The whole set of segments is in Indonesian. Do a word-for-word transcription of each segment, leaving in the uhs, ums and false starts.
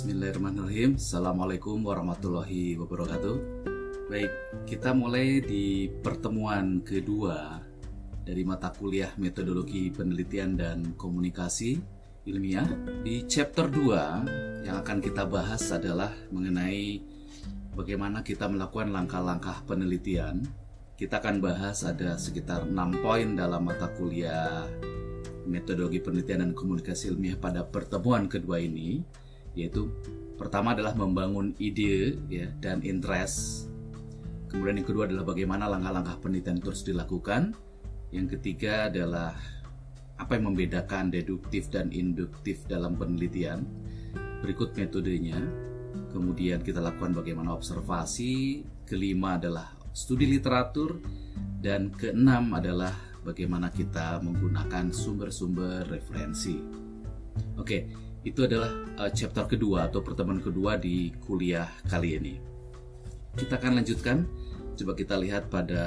Bismillahirrahmanirrahim. Assalamualaikum warahmatullahi wabarakatuh. Baik, kita mulai di pertemuan kedua dari mata kuliah Metodologi Penelitian dan Komunikasi Ilmiah. Di chapter dua yang akan kita bahas adalah mengenai bagaimana kita melakukan langkah-langkah penelitian. Kita akan bahas ada sekitar enam poin dalam mata kuliah Metodologi Penelitian dan Komunikasi Ilmiah pada pertemuan kedua ini, yaitu pertama adalah membangun ide ya, dan interest. Kemudian yang kedua adalah bagaimana langkah-langkah penelitian terus dilakukan. Yang ketiga adalah apa yang membedakan deduktif dan induktif dalam penelitian. Berikut metodenya. Kemudian kita lakukan bagaimana observasi. Kelima adalah studi literatur. Dan keenam adalah bagaimana kita menggunakan sumber-sumber referensi. Oke, itu adalah uh, chapter kedua atau pertemuan kedua di kuliah kali ini. Kita akan lanjutkan. Coba kita lihat pada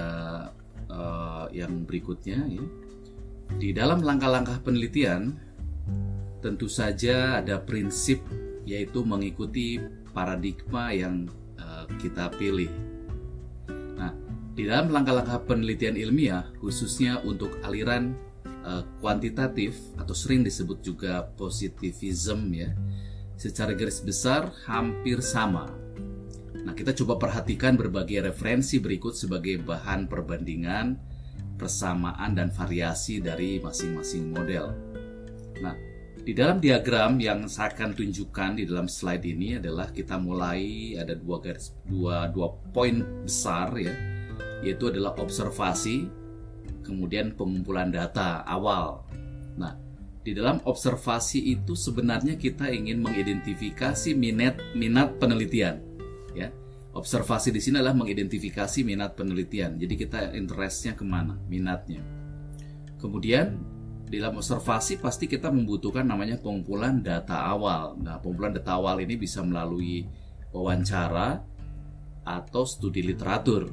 uh, yang berikutnya ya. Di dalam langkah-langkah penelitian tentu saja ada prinsip, yaitu mengikuti paradigma yang uh, kita pilih. Nah, di dalam langkah-langkah penelitian ilmiah, khususnya untuk aliran uh, kuantitatif atau sering disebut juga positivism ya, secara garis besar hampir sama. Nah, kita coba perhatikan berbagai referensi berikut sebagai bahan perbandingan, persamaan dan variasi dari masing-masing model. Nah, di dalam diagram yang saya akan tunjukkan di dalam slide ini adalah kita mulai ada dua garis dua dua poin besar ya, yaitu adalah observasi, kemudian pengumpulan data awal. Nah, di dalam observasi itu sebenarnya kita ingin mengidentifikasi minat minat penelitian, ya. Observasi di sini adalah mengidentifikasi minat penelitian. Jadi kita interestnya kemana, minatnya. Kemudian di dalam observasi pasti kita membutuhkan namanya pengumpulan data awal. Nah, pengumpulan data awal ini bisa melalui wawancara atau studi literatur.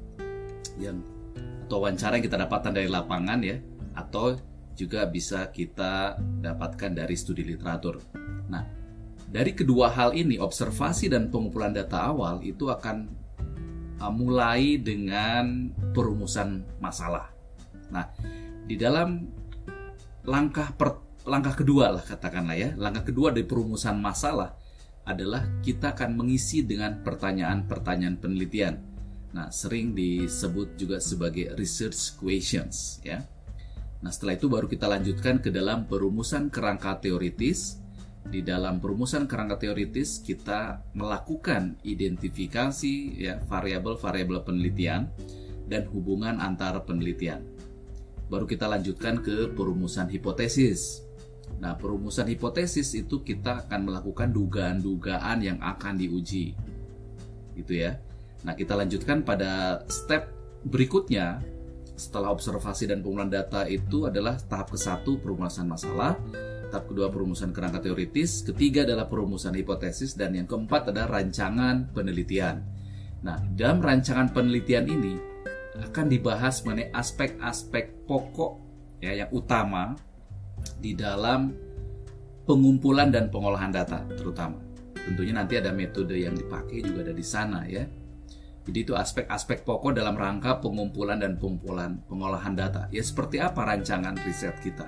Yang atau wawancara yang kita dapatkan dari lapangan ya, atau juga bisa kita dapatkan dari studi literatur. Nah, dari kedua hal ini, observasi dan pengumpulan data awal itu akan uh, mulai dengan perumusan masalah. Nah, di dalam langkah per, langkah kedua lah katakanlah ya, langkah kedua dari perumusan masalah adalah kita akan mengisi dengan pertanyaan-pertanyaan penelitian. Nah, sering disebut juga sebagai research questions ya. Nah, setelah itu baru kita lanjutkan ke dalam perumusan kerangka teoritis. Di dalam perumusan kerangka teoritis kita melakukan identifikasi ya variabel-variabel penelitian dan hubungan antara penelitian. Baru kita lanjutkan ke perumusan hipotesis. Nah, perumusan hipotesis itu kita akan melakukan dugaan-dugaan yang akan diuji. Gitu ya. Nah, kita lanjutkan pada step berikutnya. Setelah observasi dan pengumpulan data itu adalah tahap ke satu perumusan masalah, tahap kedua perumusan kerangka teoritis, ketiga adalah perumusan hipotesis, dan yang keempat adalah rancangan penelitian. Nah, dalam rancangan penelitian ini akan dibahas mengenai aspek-aspek pokok ya, yang utama di dalam pengumpulan dan pengolahan data terutama. Tentunya nanti ada metode yang dipakai juga ada di sana ya. Jadi itu aspek-aspek pokok dalam rangka pengumpulan dan pengumpulan pengolahan data. Ya seperti apa rancangan riset kita.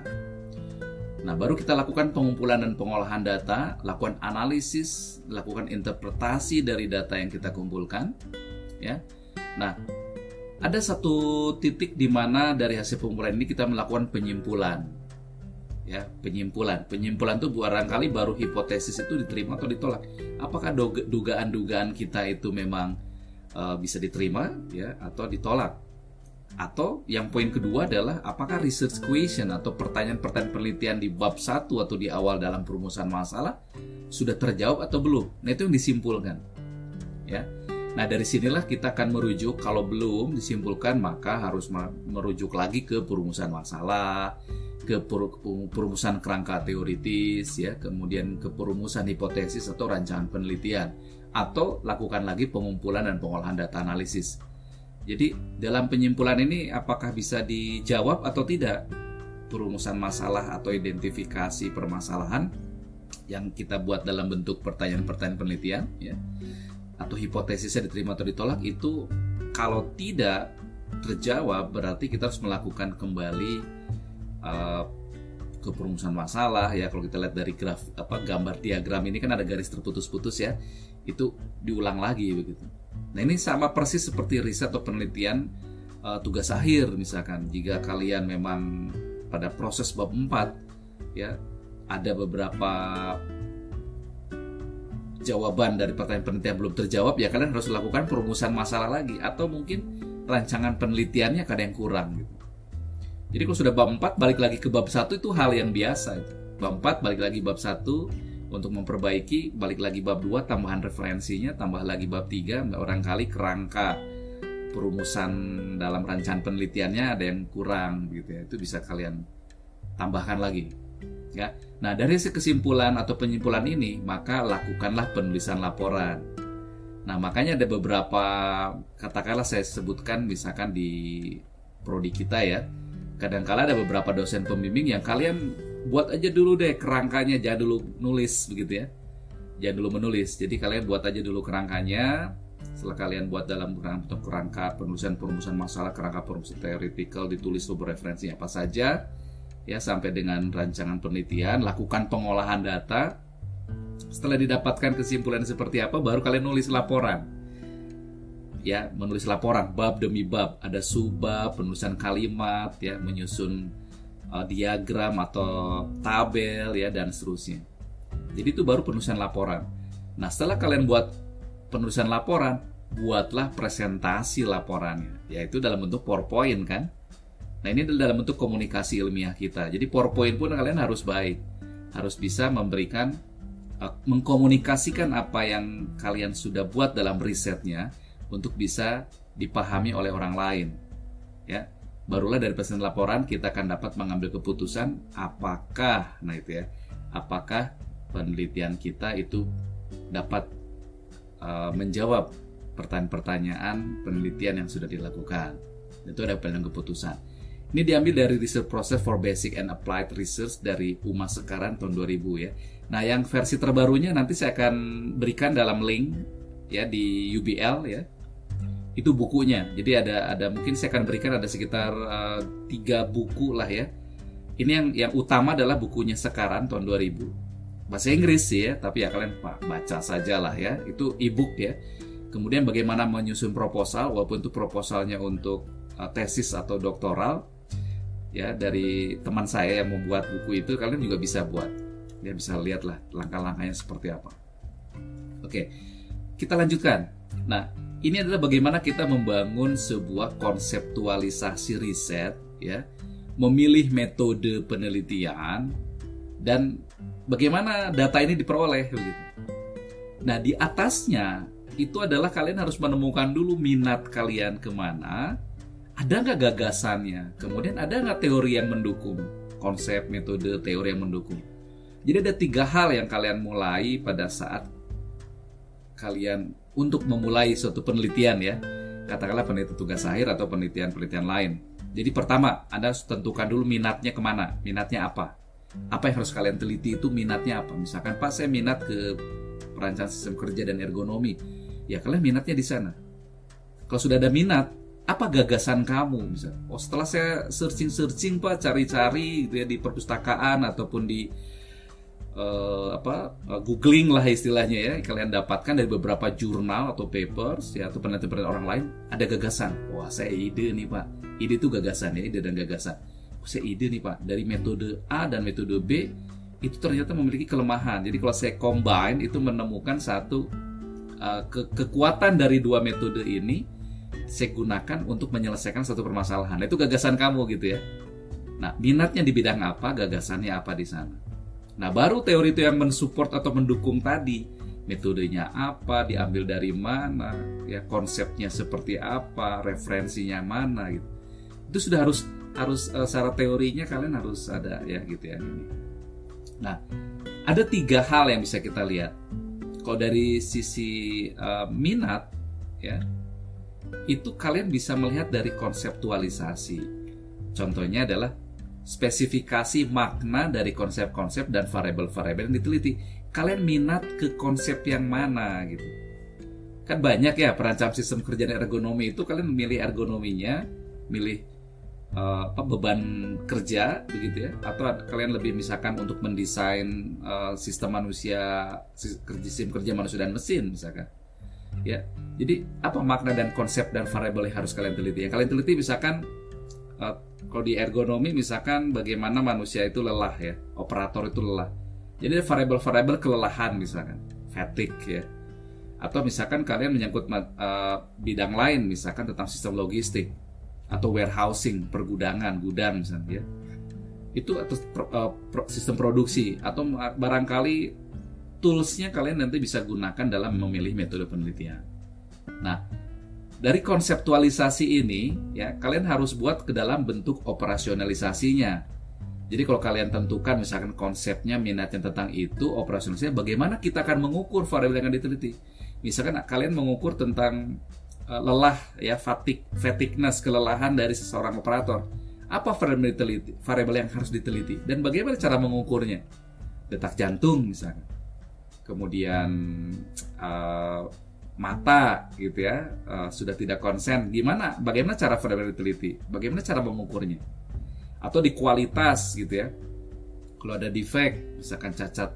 Nah, baru kita lakukan pengumpulan dan pengolahan data, lakukan analisis, lakukan interpretasi dari data yang kita kumpulkan, ya. Nah, ada satu titik di mana dari hasil pengumpulan ini kita melakukan penyimpulan, ya, penyimpulan. Penyimpulan itu barangkali baru hipotesis itu diterima atau ditolak. Apakah dugaan-dugaan kita itu memang uh, bisa diterima, ya, atau ditolak? Atau yang poin kedua adalah apakah research question atau pertanyaan-pertanyaan penelitian di bab satu atau di awal dalam perumusan masalah sudah terjawab atau belum? Nah, itu yang disimpulkan. Ya. Nah, dari sinilah kita akan merujuk. Kalau belum disimpulkan, maka harus merujuk lagi ke perumusan masalah, ke perumusan kerangka teoritis, ya, kemudian ke perumusan hipotesis atau rancangan penelitian, atau lakukan lagi pengumpulan dan pengolahan data analisis. Jadi dalam penyimpulan ini apakah bisa dijawab atau tidak perumusan masalah atau identifikasi permasalahan yang kita buat dalam bentuk pertanyaan-pertanyaan penelitian, ya, atau hipotesisnya diterima atau ditolak, itu kalau tidak terjawab berarti kita harus melakukan kembali uh, ke perumusan masalah, ya. Kalau kita lihat dari graf apa gambar diagram ini kan ada garis terputus-putus, ya, itu diulang lagi begitu. Nah, ini sama persis seperti riset atau penelitian uh, tugas akhir misalkan. Jika kalian memang pada proses bab empat, ya, ada beberapa jawaban dari pertanyaan penelitian belum terjawab, ya kalian harus lakukan perumusan masalah lagi, atau mungkin rancangan penelitiannya kadang yang kurang gitu. Jadi kalau sudah bab empat balik lagi ke bab satu itu hal yang biasa itu. Bab empat balik lagi bab satu untuk memperbaiki, balik lagi bab dua tambahan referensinya, tambah lagi bab tiga, barangkali kerangka perumusan dalam rancangan penelitiannya ada yang kurang gitu ya. Itu bisa kalian tambahkan lagi. Ya. Nah, dari kesimpulan atau penyimpulan ini, maka lakukanlah penulisan laporan. Nah, makanya ada beberapa, katakanlah saya sebutkan misalkan di prodi kita, ya. Kadang-kala ada beberapa dosen pembimbing yang kalian buat aja dulu deh kerangkanya, jangan dulu nulis begitu ya. Jangan dulu menulis. Jadi kalian buat aja dulu kerangkanya. Setelah kalian buat dalam bentuk kerangka penulisan perumusan masalah, kerangka perumusan theoretical, ditulis sumber referensinya apa saja, ya, sampai dengan rancangan penelitian, lakukan pengolahan data. Setelah didapatkan kesimpulan seperti apa, baru kalian nulis laporan. Ya, menulis laporan bab demi bab, ada subbab, penulisan kalimat, ya, menyusun uh, diagram atau tabel, ya, dan seterusnya. Jadi itu baru penulisan laporan. Nah, setelah kalian buat penulisan laporan, buatlah presentasi laporannya, yaitu dalam bentuk PowerPoint kan. Nah, ini dalam bentuk komunikasi ilmiah kita. Jadi PowerPoint pun kalian harus baik, harus bisa memberikan, uh, mengkomunikasikan apa yang kalian sudah buat dalam risetnya untuk bisa dipahami oleh orang lain. Ya, barulah dari presentasi laporan kita akan dapat mengambil keputusan apakah, nah itu ya, apakah penelitian kita itu dapat uh, menjawab pertanyaan-pertanyaan penelitian yang sudah dilakukan. Itu ada pengambilan keputusan. Ini diambil dari Research Process for Basic and Applied Research dari U M A Sekarang tahun dua ribu, ya. Nah, yang versi terbarunya nanti saya akan berikan dalam link, ya, di U B L, ya. Itu bukunya. Jadi ada ada mungkin saya akan berikan ada sekitar uh, tiga buku lah, ya. Ini yang yang utama adalah bukunya Sekarang tahun dua ribu. Bahasa Inggris sih, ya, tapi ya kalian baca saja lah, ya. Itu e-book, ya. Kemudian bagaimana menyusun proposal, walaupun itu proposalnya untuk uh, tesis atau doktoral, ya, dari teman saya yang membuat buku itu, kalian juga bisa buat. Dia bisa lihat lah langkah-langkahnya seperti apa. Oke, kita lanjutkan. Nah, ini adalah bagaimana kita membangun sebuah konseptualisasi riset, ya, memilih metode penelitian, dan bagaimana data ini diperoleh begitu. Nah, di atasnya itu adalah kalian harus menemukan dulu minat kalian kemana, ada nggak gagasannya, kemudian ada nggak teori yang mendukung, konsep, metode, teori yang mendukung. Jadi ada tiga hal yang kalian mulai pada saat kalian untuk memulai suatu penelitian, ya, katakanlah penelitian tugas akhir atau penelitian-penelitian lain. Jadi pertama, Anda harus tentukan dulu minatnya kemana, minatnya apa. Apa yang harus kalian teliti itu minatnya apa. Misalkan, Pak, saya minat ke perancangan sistem kerja dan ergonomi. Ya, kalian minatnya di sana. Kalau sudah ada minat, apa gagasan kamu? Misalnya, oh, setelah saya searching-searching, Pak, cari-cari gitu ya, di perpustakaan ataupun di Uh, apa uh, googling lah istilahnya, ya, kalian dapatkan dari beberapa jurnal atau papers, ya, atau penelitian orang lain, ada gagasan. Wah, saya ide nih, Pak. Ide itu gagasan, ya, ide dan gagasan. Oh, saya ide nih, Pak, dari metode A dan metode B itu ternyata memiliki kelemahan. Jadi kalau saya combine itu menemukan satu uh, ke kekuatan dari dua metode ini, saya gunakan untuk menyelesaikan satu permasalahan. Itu gagasan kamu gitu, ya. Nah, minatnya di bidang apa, gagasannya apa di sana. Nah, baru teori itu yang mensupport atau mendukung tadi. Metodenya apa, diambil dari mana, ya, konsepnya seperti apa, referensinya mana gitu. Itu sudah harus harus uh, secara teorinya kalian harus ada, ya, gitu ya ini. Nah, ada tiga hal yang bisa kita lihat. Kalau dari sisi uh, minat, ya, itu kalian bisa melihat dari konseptualisasi. Contohnya adalah spesifikasi makna dari konsep-konsep dan variabel-variabel yang diteliti. kalian minat ke konsep yang mana gitu. Kan banyak ya perancang sistem kerja dan ergonomi itu, kalian memilih ergonominya, milih uh, apa, beban kerja begitu ya, atau kalian lebih misalkan untuk mendesain uh, sistem manusia, sistem kerja manusia dan mesin misalkan. Ya, jadi apa makna dan konsep dan variabel yang harus kalian teliti? Yang kalian teliti misalkan uh, kalau di ergonomi misalkan bagaimana manusia itu lelah ya, operator itu lelah. Jadi ada variabel-variabel kelelahan misalkan, fatigue ya. Atau misalkan kalian menyangkut uh, bidang lain misalkan tentang sistem logistik atau warehousing, pergudangan, gudang misalnya ya. Itu atau uh, sistem produksi, atau barangkali toolsnya kalian nanti bisa gunakan dalam memilih metode penelitian. Nah, dari konseptualisasi ini ya, kalian harus buat ke dalam bentuk operasionalisasinya. Jadi kalau kalian tentukan misalkan konsepnya, minatnya tentang itu, operasionalisasinya bagaimana kita akan mengukur variabel yang akan diteliti. Misalkan kalian mengukur tentang uh, lelah ya, fatigue, fatigueness, kelelahan dari seseorang operator. Apa variabel diteliti, variabel yang harus diteliti, dan bagaimana cara mengukurnya? Detak jantung misalkan. Kemudian uh, mata gitu ya, uh, sudah tidak konsen. Gimana? Bagaimana cara variabel diteliti? Bagaimana cara mengukurnya? Atau di kualitas gitu ya. Kalau ada defect, misalkan cacat,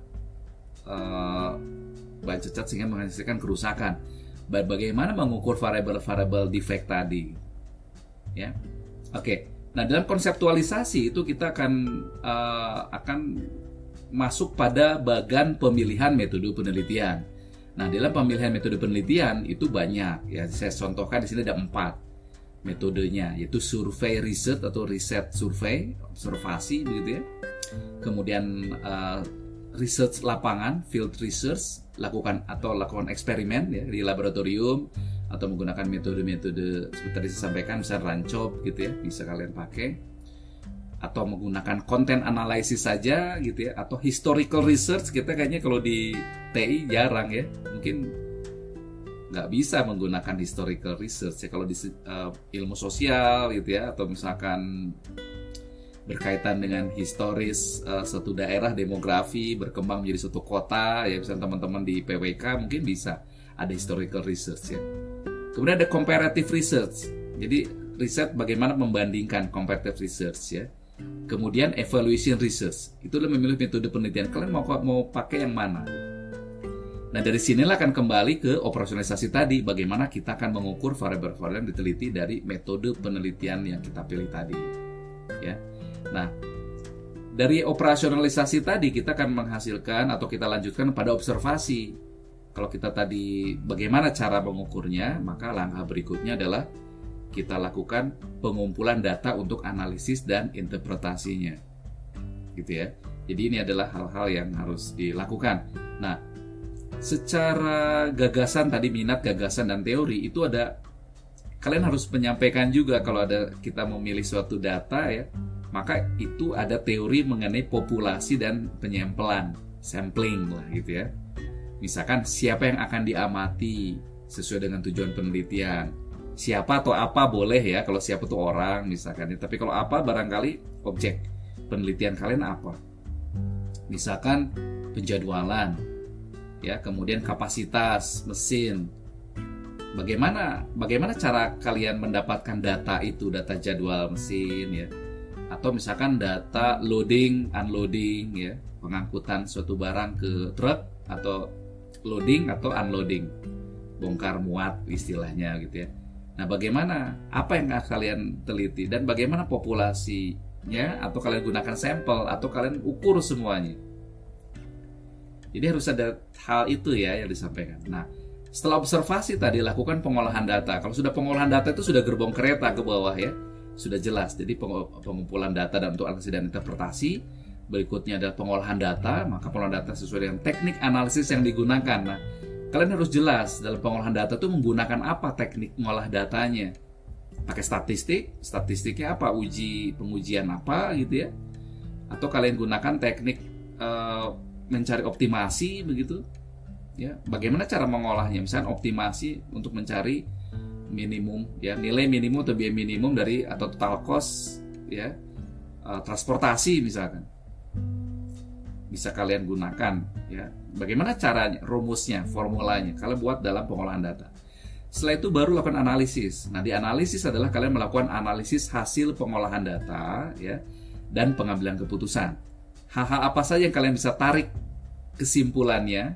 uh, bahan cacat sehingga menghasilkan kerusakan. Bagaimana mengukur variabel-variabel defect tadi? Ya, oke. Nah, dalam konseptualisasi itu kita akan uh, akan masuk pada bagian pemilihan metode penelitian. Nah, dalam pemilihan metode penelitian itu banyak ya. Saya contohkan di sini ada empat metodenya, yaitu survei research atau riset survei, observasi begitu ya. Kemudian uh, research lapangan, field research, lakukan atau lakukan eksperimen ya di laboratorium, atau menggunakan metode-metode seperti tadi saya sampaikan, misalnya Rancop gitu ya, bisa kalian pakai. Atau menggunakan content analysis saja gitu ya, atau historical research. Kita kayaknya kalau di T I jarang ya, mungkin nggak bisa menggunakan historical research ya kalau di uh, ilmu sosial gitu ya, atau misalkan berkaitan dengan historis uh, suatu daerah, demografi berkembang menjadi suatu kota ya, misalnya teman-teman di P W K mungkin bisa ada historical research ya. Kemudian ada comparative research, jadi riset bagaimana membandingkan, comparative research ya. Kemudian evaluation research, itu adalah memilih metode penelitian, kalian mau mau pakai yang mana. Nah, dari sinilah akan kembali ke operasionalisasi tadi, bagaimana kita akan mengukur variabel-variabel yang diteliti dari metode penelitian yang kita pilih tadi ya. Nah, dari operasionalisasi tadi kita akan menghasilkan atau kita lanjutkan pada observasi. Kalau kita tadi bagaimana cara mengukurnya, maka langkah berikutnya adalah kita lakukan pengumpulan data untuk analisis dan interpretasinya. Gitu ya. Jadi ini adalah hal-hal yang harus dilakukan. Nah, secara gagasan tadi, minat, gagasan, dan teori itu ada, kalian harus menyampaikan juga kalau ada kita memilih suatu data ya, maka itu ada teori mengenai populasi dan penyampelan, sampling lah gitu ya. Misalkan siapa yang akan diamati sesuai dengan tujuan penelitian. Siapa atau apa boleh ya, kalau siapa itu orang misalkan ya. Tapi kalau apa barangkali objek penelitian kalian apa. Misalkan penjadwalan ya, kemudian kapasitas mesin. Bagaimana bagaimana cara kalian mendapatkan data itu, data jadwal mesin ya. Atau misalkan data loading, unloading ya, pengangkutan suatu barang ke truk, atau loading atau unloading, bongkar muat istilahnya gitu ya. Nah, bagaimana, apa yang akan kalian teliti, dan bagaimana populasinya, atau kalian gunakan sampel, atau kalian ukur semuanya. Jadi harus ada hal itu ya yang disampaikan. Nah, setelah observasi tadi, lakukan pengolahan data. Kalau sudah pengolahan data itu sudah gerbong kereta ke bawah ya, sudah jelas. Jadi pengumpulan data dan untuk analisis dan interpretasi. Berikutnya adalah pengolahan data, maka pengolahan data sesuai dengan teknik analisis yang digunakan. Nah, kalian harus jelas dalam pengolahan data itu menggunakan apa teknik mengolah datanya. Pakai statistik, statistiknya apa, uji pengujian apa gitu ya. Atau kalian gunakan teknik uh, mencari optimasi begitu. Ya, bagaimana cara mengolahnya? Misalnya optimasi untuk mencari minimum ya, nilai minimum atau biaya minimum dari atau total cost ya, uh, transportasi misalkan. bisa kalian gunakan ya. Bagaimana caranya, rumusnya, formulanya kalian buat dalam pengolahan data. Setelah itu baru lakukan analisis. Nah, di analisis adalah kalian melakukan analisis hasil pengolahan data ya dan pengambilan keputusan. Hal-hal apa saja yang kalian bisa tarik kesimpulannya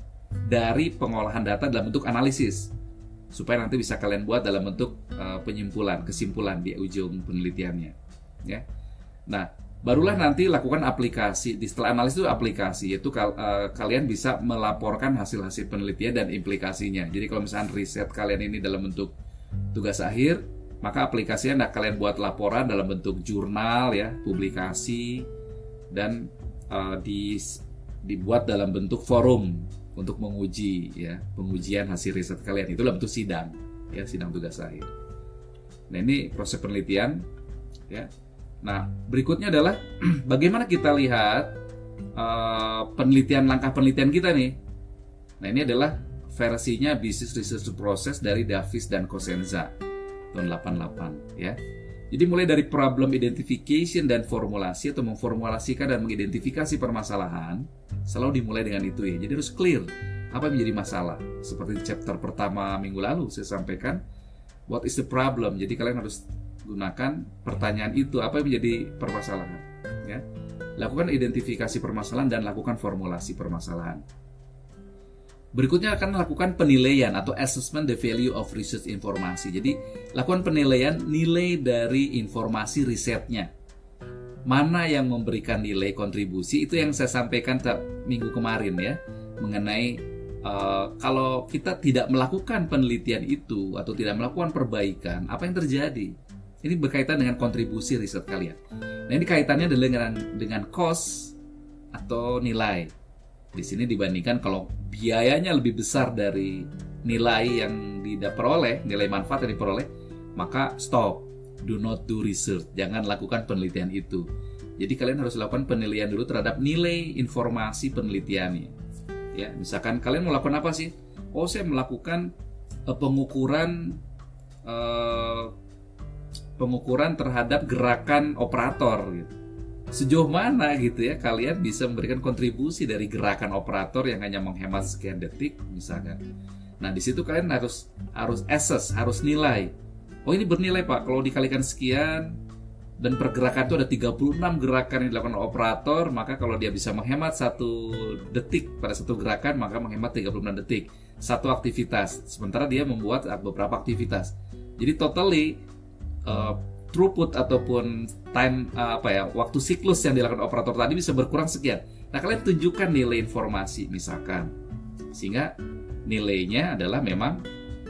dari pengolahan data dalam bentuk analisis, supaya nanti bisa kalian buat dalam bentuk uh, penyimpulan, kesimpulan di ujung penelitiannya ya. Nah, barulah nanti lakukan aplikasi. Di setelah analisis itu aplikasi, yaitu kal uh, kalian bisa melaporkan hasil-hasil penelitian dan implikasinya. Jadi kalau misalnya riset kalian ini dalam bentuk tugas akhir, maka aplikasinya kalian buat laporan dalam bentuk jurnal ya, publikasi, dan uh, di, dibuat dalam bentuk forum untuk menguji ya, pengujian hasil riset kalian. Itu dalam bentuk sidang ya, sidang tugas akhir. Nah, ini proses penelitian ya. Nah, berikutnya adalah bagaimana kita lihat uh, penelitian, langkah penelitian kita nih. Nah, ini adalah versinya Business Research Process dari Davis dan Cosenza tahun delapan puluh delapan ya. Jadi mulai dari problem identification dan formulasi atau memformulasikan dan mengidentifikasi permasalahan, selalu dimulai dengan itu ya. Jadi harus clear apa yang menjadi masalah. Seperti di chapter pertama minggu lalu saya sampaikan, what is the problem? Jadi kalian harus gunakan pertanyaan itu, apa yang menjadi permasalahan ya. Lakukan identifikasi permasalahan dan lakukan formulasi permasalahan. Berikutnya akan lakukan penilaian atau assessment the value of research informasi. Jadi lakukan penilaian nilai dari informasi risetnya. Mana yang memberikan nilai kontribusi, itu yang saya sampaikan minggu kemarin ya, mengenai uh, kalau kita tidak melakukan penelitian itu atau tidak melakukan perbaikan, apa yang terjadi? Ini berkaitan dengan kontribusi riset kalian. Nah, ini kaitannya adalah dengan dengan cost atau nilai. Di sini dibandingkan kalau biayanya lebih besar dari nilai yang diperoleh, nilai manfaat yang diperoleh, maka stop. Do not do research. Jangan lakukan penelitian itu. Jadi kalian harus lakukan penilaian dulu terhadap nilai informasi penelitiannya. Ya, misalkan kalian mau lakukan apa sih? Oh, saya melakukan uh, pengukuran uh, pengukuran terhadap gerakan operator gitu. Sejauh mana gitu ya kalian bisa memberikan kontribusi dari gerakan operator yang hanya menghemat sekian detik misalkan. Nah, di situ kalian harus harus assess, harus nilai. Oh, ini bernilai Pak, kalau dikalikan sekian dan pergerakan itu ada tiga puluh enam gerakan yang dilakukan operator, maka kalau dia bisa menghemat satu detik pada satu gerakan, maka menghemat tiga puluh enam detik satu aktivitas. Sementara dia membuat beberapa aktivitas. Jadi totally Uh, throughput ataupun time uh, apa ya waktu siklus yang dilakukan operator tadi bisa berkurang sekian. Nah, kalian tunjukkan nilai informasi misalkan, sehingga nilainya adalah memang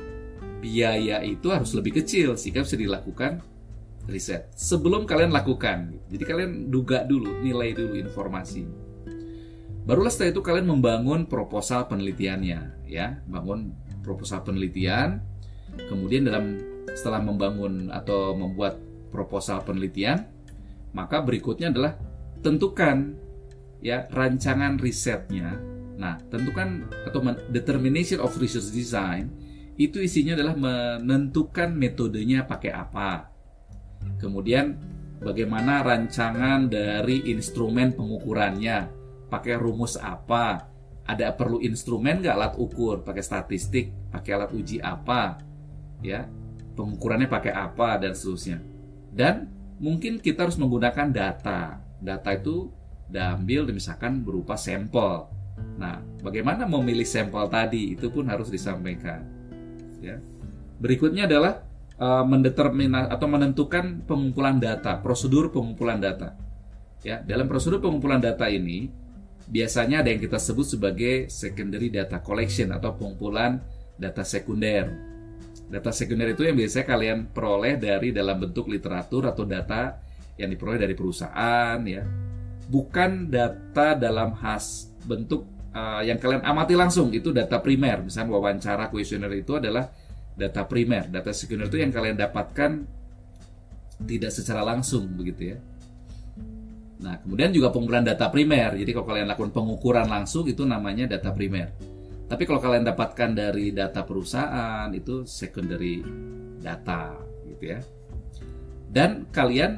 biaya itu harus lebih kecil sehingga bisa dilakukan riset sebelum kalian lakukan. Jadi kalian duga dulu, nilai dulu informasi. Barulah setelah itu kalian membangun proposal penelitiannya, ya, bangun proposal penelitian. Kemudian dalam setelah membangun atau membuat proposal penelitian, maka berikutnya adalah tentukan ya rancangan risetnya. Nah, tentukan atau determination of research design itu isinya adalah menentukan metodenya pakai apa. Kemudian bagaimana rancangan dari instrumen pengukurannya, pakai rumus apa, ada perlu instrumen nggak, alat ukur, pakai statistik, pakai alat uji apa, ya, pengukurannya pakai apa, dan seterusnya. Dan mungkin kita harus menggunakan data. Data itu diambil misalkan berupa sampel. Nah, bagaimana memilih sampel tadi itu pun harus disampaikan. Ya. Berikutnya adalah uh, mendeterminasi atau menentukan pengumpulan data, prosedur pengumpulan data. Ya, dalam prosedur pengumpulan data ini biasanya ada yang kita sebut sebagai secondary data collection atau pengumpulan data sekunder. Data sekunder itu yang biasanya kalian peroleh dari dalam bentuk literatur atau data yang diperoleh dari perusahaan, ya. Bukan data dalam khas bentuk uh, yang kalian amati langsung, itu data primer. Misalnya wawancara, kuesioner itu adalah data primer. Data sekunder itu yang kalian dapatkan tidak secara langsung, begitu ya. Nah, kemudian juga pengumpulan data primer. Jadi kalau kalian lakukan pengukuran langsung itu namanya data primer. Tapi kalau kalian dapatkan dari data perusahaan itu secondary data, gitu ya. Dan kalian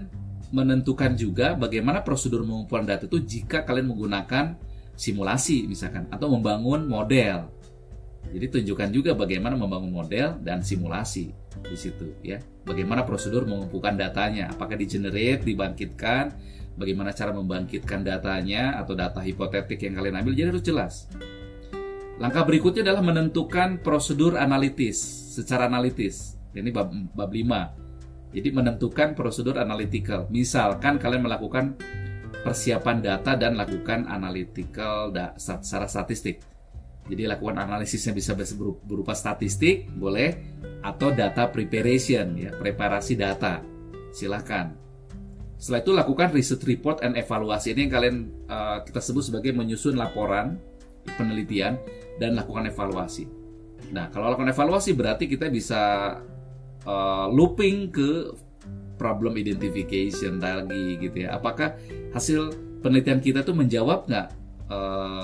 menentukan juga bagaimana prosedur pengumpulan data itu jika kalian menggunakan simulasi misalkan atau membangun model. Jadi tunjukkan juga bagaimana membangun model dan simulasi di situ ya. Bagaimana prosedur mengumpulkan datanya, apakah di-generate, dibangkitkan, bagaimana cara membangkitkan datanya atau data hipotetik yang kalian ambil, jadi harus jelas. Langkah berikutnya adalah menentukan prosedur analitis secara analitis. Ini bab, bab lima. Jadi menentukan prosedur analytical. Misalkan kalian melakukan persiapan data dan lakukan analytical da, secara statistik. Jadi lakukan analisisnya bisa berupa statistik, boleh, atau data preparation, ya, preparasi data. Silakan. Setelah itu lakukan research report and evaluasi. Ini yang kalian uh, kita sebut sebagai menyusun laporan penelitian dan lakukan evaluasi. Nah, kalau lakukan evaluasi berarti kita bisa uh, looping ke problem identification lagi gitu ya. Apakah hasil penelitian kita tuh menjawab nggak uh,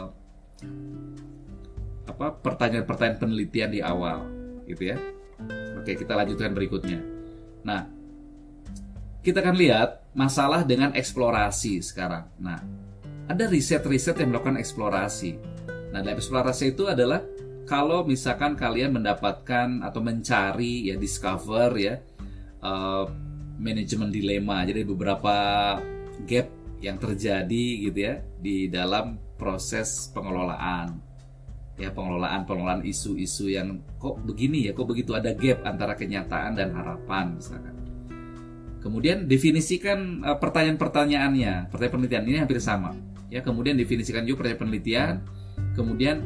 apa pertanyaan-pertanyaan penelitian di awal gitu ya. Oke, kita lanjutkan berikutnya. Nah, kita akan lihat masalah dengan eksplorasi sekarang. Nah, ada riset-riset yang melakukan eksplorasi. Nah, dalam eksplorasi itu adalah kalau misalkan kalian mendapatkan atau mencari ya discover ya uh, manajemen dilema. Jadi beberapa gap yang terjadi gitu ya di dalam proses pengelolaan. Ya, pengelolaan pengelolaan isu-isu yang kok begini ya, kok begitu, ada gap antara kenyataan dan harapan misalkan. Kemudian definisikan uh, pertanyaan-pertanyaannya. Pertanyaan penelitian ini hampir sama. Ya, kemudian definisikan juga pertanyaan penelitian. Kemudian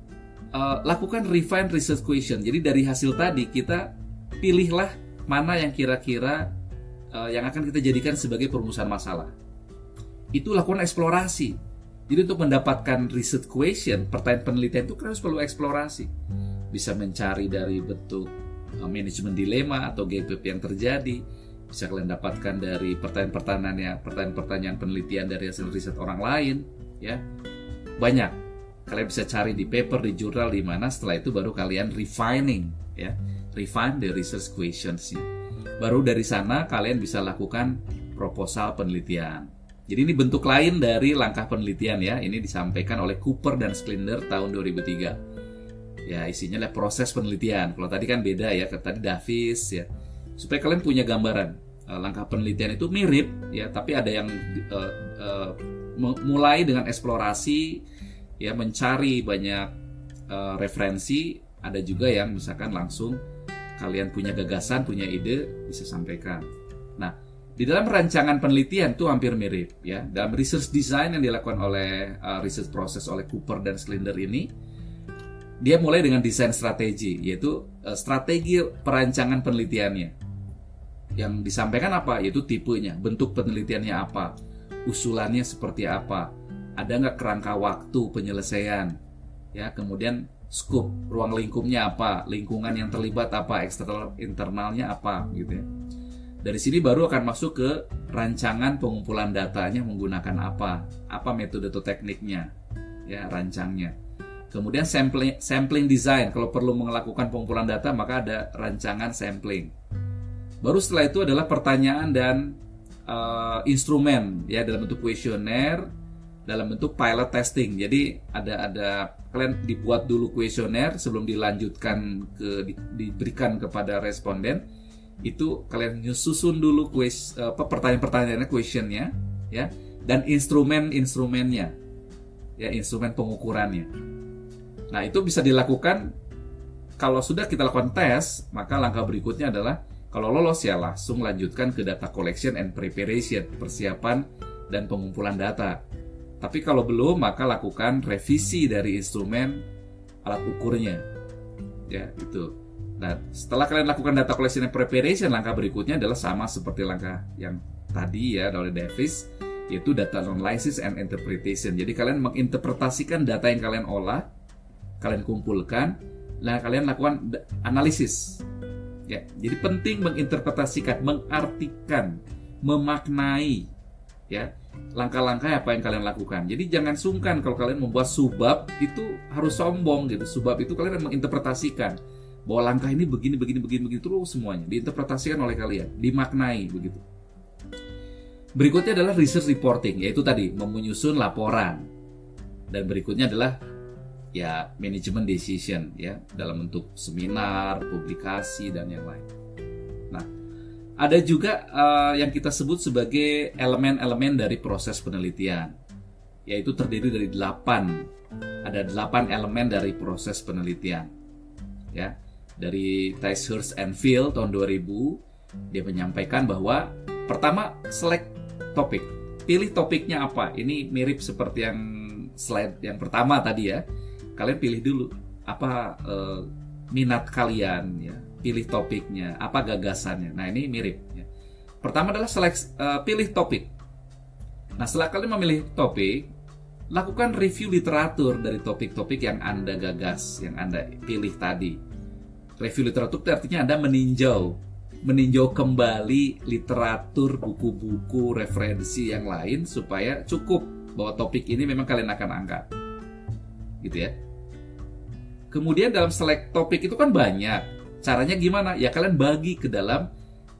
uh, lakukan refine research question. Jadi dari hasil tadi kita pilihlah mana yang kira-kira uh, yang akan kita jadikan sebagai perumusan masalah. Itu lakukan eksplorasi. Jadi untuk mendapatkan research question, pertanyaan penelitian itu kan harus perlu eksplorasi. Bisa mencari dari bentuk uh, manajemen dilema atau gap yang terjadi. Bisa kalian dapatkan dari pertanyaan-pertanyaannya, pertanyaan-pertanyaan penelitian dari hasil riset orang lain, ya. Banyak. Kalian bisa cari di paper, di jurnal, di mana. Setelah itu baru kalian refining, ya. Refine the research questions-nya. Baru dari sana kalian bisa lakukan proposal penelitian. Jadi ini bentuk lain dari langkah penelitian ya. Ini disampaikan oleh Cooper dan Schindler tahun dua ribu tiga. Ya, isinya adalah proses penelitian. Kalau tadi kan beda ya, tadi Davis ya. Supaya kalian punya gambaran. Uh, langkah penelitian itu mirip ya, tapi ada yang uh, uh, mulai dengan eksplorasi ya, mencari banyak uh, referensi, ada juga yang misalkan langsung kalian punya gagasan, punya ide, bisa sampaikan. Nah, di dalam rancangan penelitian itu hampir mirip ya. Dalam research design yang dilakukan oleh uh, research process oleh Cooper dan Schindler ini, dia mulai dengan desain strategi, yaitu uh, strategi perancangan penelitiannya. Yang disampaikan apa? Yaitu tipenya, bentuk penelitiannya apa, usulannya seperti apa, ada nggak kerangka waktu penyelesaian, ya, kemudian scope, ruang lingkupnya apa, lingkungan yang terlibat apa, eksternal internalnya apa, gitu ya. Dari sini baru akan masuk ke rancangan pengumpulan datanya menggunakan apa, apa metode atau tekniknya, ya, rancangnya. Kemudian sampling, sampling design, kalau perlu melakukan pengumpulan data maka ada rancangan sampling. Baru setelah itu adalah pertanyaan dan uh, instrumen, ya, dalam bentuk kuesioner, dalam bentuk pilot testing. Jadi ada ada kalian dibuat dulu kuesioner sebelum dilanjutkan ke di, diberikan kepada responden. Itu kalian susun dulu kues, apa, pertanyaan-pertanyaannya, questionnya, ya, dan instrumen-instrumennya, ya, instrumen pengukurannya. Nah, itu bisa dilakukan kalau sudah kita lakukan tes, maka langkah berikutnya adalah kalau lolos ya langsung lanjutkan ke data collection and preparation, persiapan dan pengumpulan data. Tapi kalau belum, maka lakukan revisi dari instrumen alat ukurnya. Ya, itu. Nah, setelah kalian lakukan data collection and preparation, langkah berikutnya adalah sama seperti langkah yang tadi ya oleh Davis, yaitu data analysis and interpretation. Jadi kalian menginterpretasikan data yang kalian olah, kalian kumpulkan, nah kalian lakukan analisis. Ya, jadi penting menginterpretasikan, mengartikan, memaknai, ya, langkah-langkah apa yang kalian lakukan. Jadi jangan sungkan kalau kalian membuat subbab, itu harus sombong gitu. Subbab itu kalian menginterpretasikan bahwa langkah ini begini, begini, begini, begitu terus semuanya diinterpretasikan oleh kalian, dimaknai begitu. Berikutnya adalah research reporting, yaitu tadi menyusun laporan. Dan berikutnya adalah ya management decision ya dalam bentuk seminar, publikasi dan yang lain. Nah, ada juga uh, yang kita sebut sebagai elemen-elemen dari proses penelitian, yaitu terdiri dari delapan. Ada delapan elemen dari proses penelitian. Ya, dari Ticehurst and Field tahun dua ribu, dia menyampaikan bahwa pertama select topik. Pilih topiknya apa? Ini mirip seperti yang slide yang pertama tadi ya. Kalian pilih dulu apa eh, minat kalian ya. Pilih topiknya, apa gagasannya. Nah, ini mirip ya. Pertama adalah select, eh, pilih topik. Nah, setelah kalian memilih topik, lakukan review literatur dari topik-topik yang Anda gagas, yang Anda pilih tadi. Review literatur itu artinya Anda meninjau, meninjau kembali literatur, buku-buku, referensi yang lain supaya cukup bahwa topik ini memang kalian akan angkat. Gitu ya. Kemudian dalam select topik itu kan banyak. Caranya gimana? Ya kalian bagi ke dalam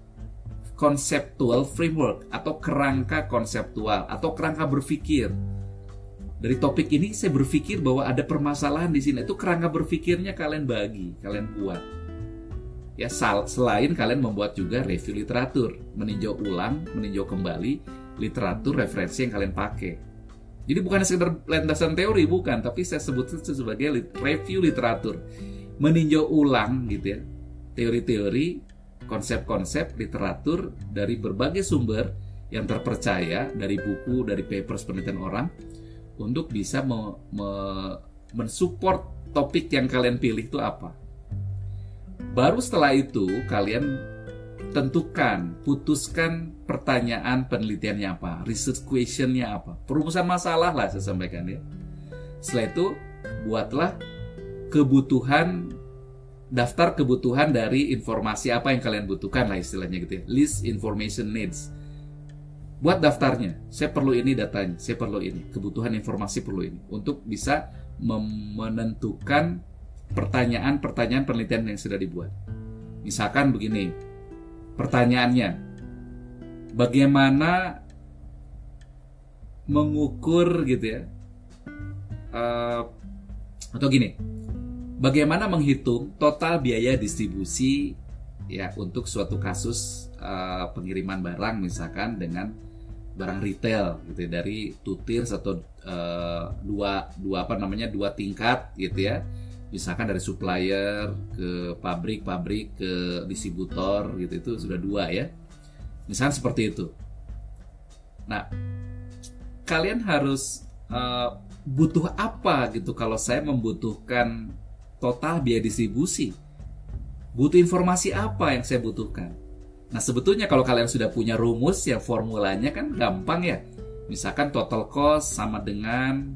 conceptual framework atau kerangka konseptual atau kerangka berpikir. Dari topik ini saya berpikir bahwa ada permasalahan di sini. Itu kerangka berpikirnya kalian bagi, kalian buat. Ya, selain kalian membuat juga review literatur, meninjau ulang, meninjau kembali literatur referensi yang kalian pakai. Jadi bukan sekedar landasan teori, bukan, tapi saya sebut itu sebagai review literatur, meninjau ulang gitu ya, teori-teori, konsep-konsep literatur dari berbagai sumber yang terpercaya, dari buku, dari papers penelitian orang, untuk bisa me, me, mensupport topik yang kalian pilih itu apa. Baru setelah itu kalian tentukan, putuskan pertanyaan penelitiannya apa, research questionnya apa, perumusan masalah lah saya sampaikan ya. Setelah itu buatlah kebutuhan, daftar kebutuhan dari informasi apa yang kalian butuhkan lah istilahnya gitu ya, list information needs. Buat daftarnya, saya perlu ini datanya, saya perlu ini, kebutuhan informasi perlu ini, untuk bisa menentukan pertanyaan-pertanyaan penelitian yang sudah dibuat. Misalkan begini, pertanyaannya, bagaimana mengukur gitu ya, uh, atau gini, bagaimana menghitung total biaya distribusi ya untuk suatu kasus uh, pengiriman barang misalkan dengan barang retail gitu ya, dari two tiers atau uh, dua dua apa namanya dua tingkat gitu ya, misalkan dari supplier ke pabrik-pabrik ke distributor gitu, itu sudah dua ya, misalkan seperti itu. Nah, kalian harus uh, butuh apa gitu kalau saya membutuhkan total biaya distribusi, butuh informasi apa yang saya butuhkan. Nah, sebetulnya kalau kalian sudah punya rumus ya, formulanya kan gampang ya. Misalkan total cost sama dengan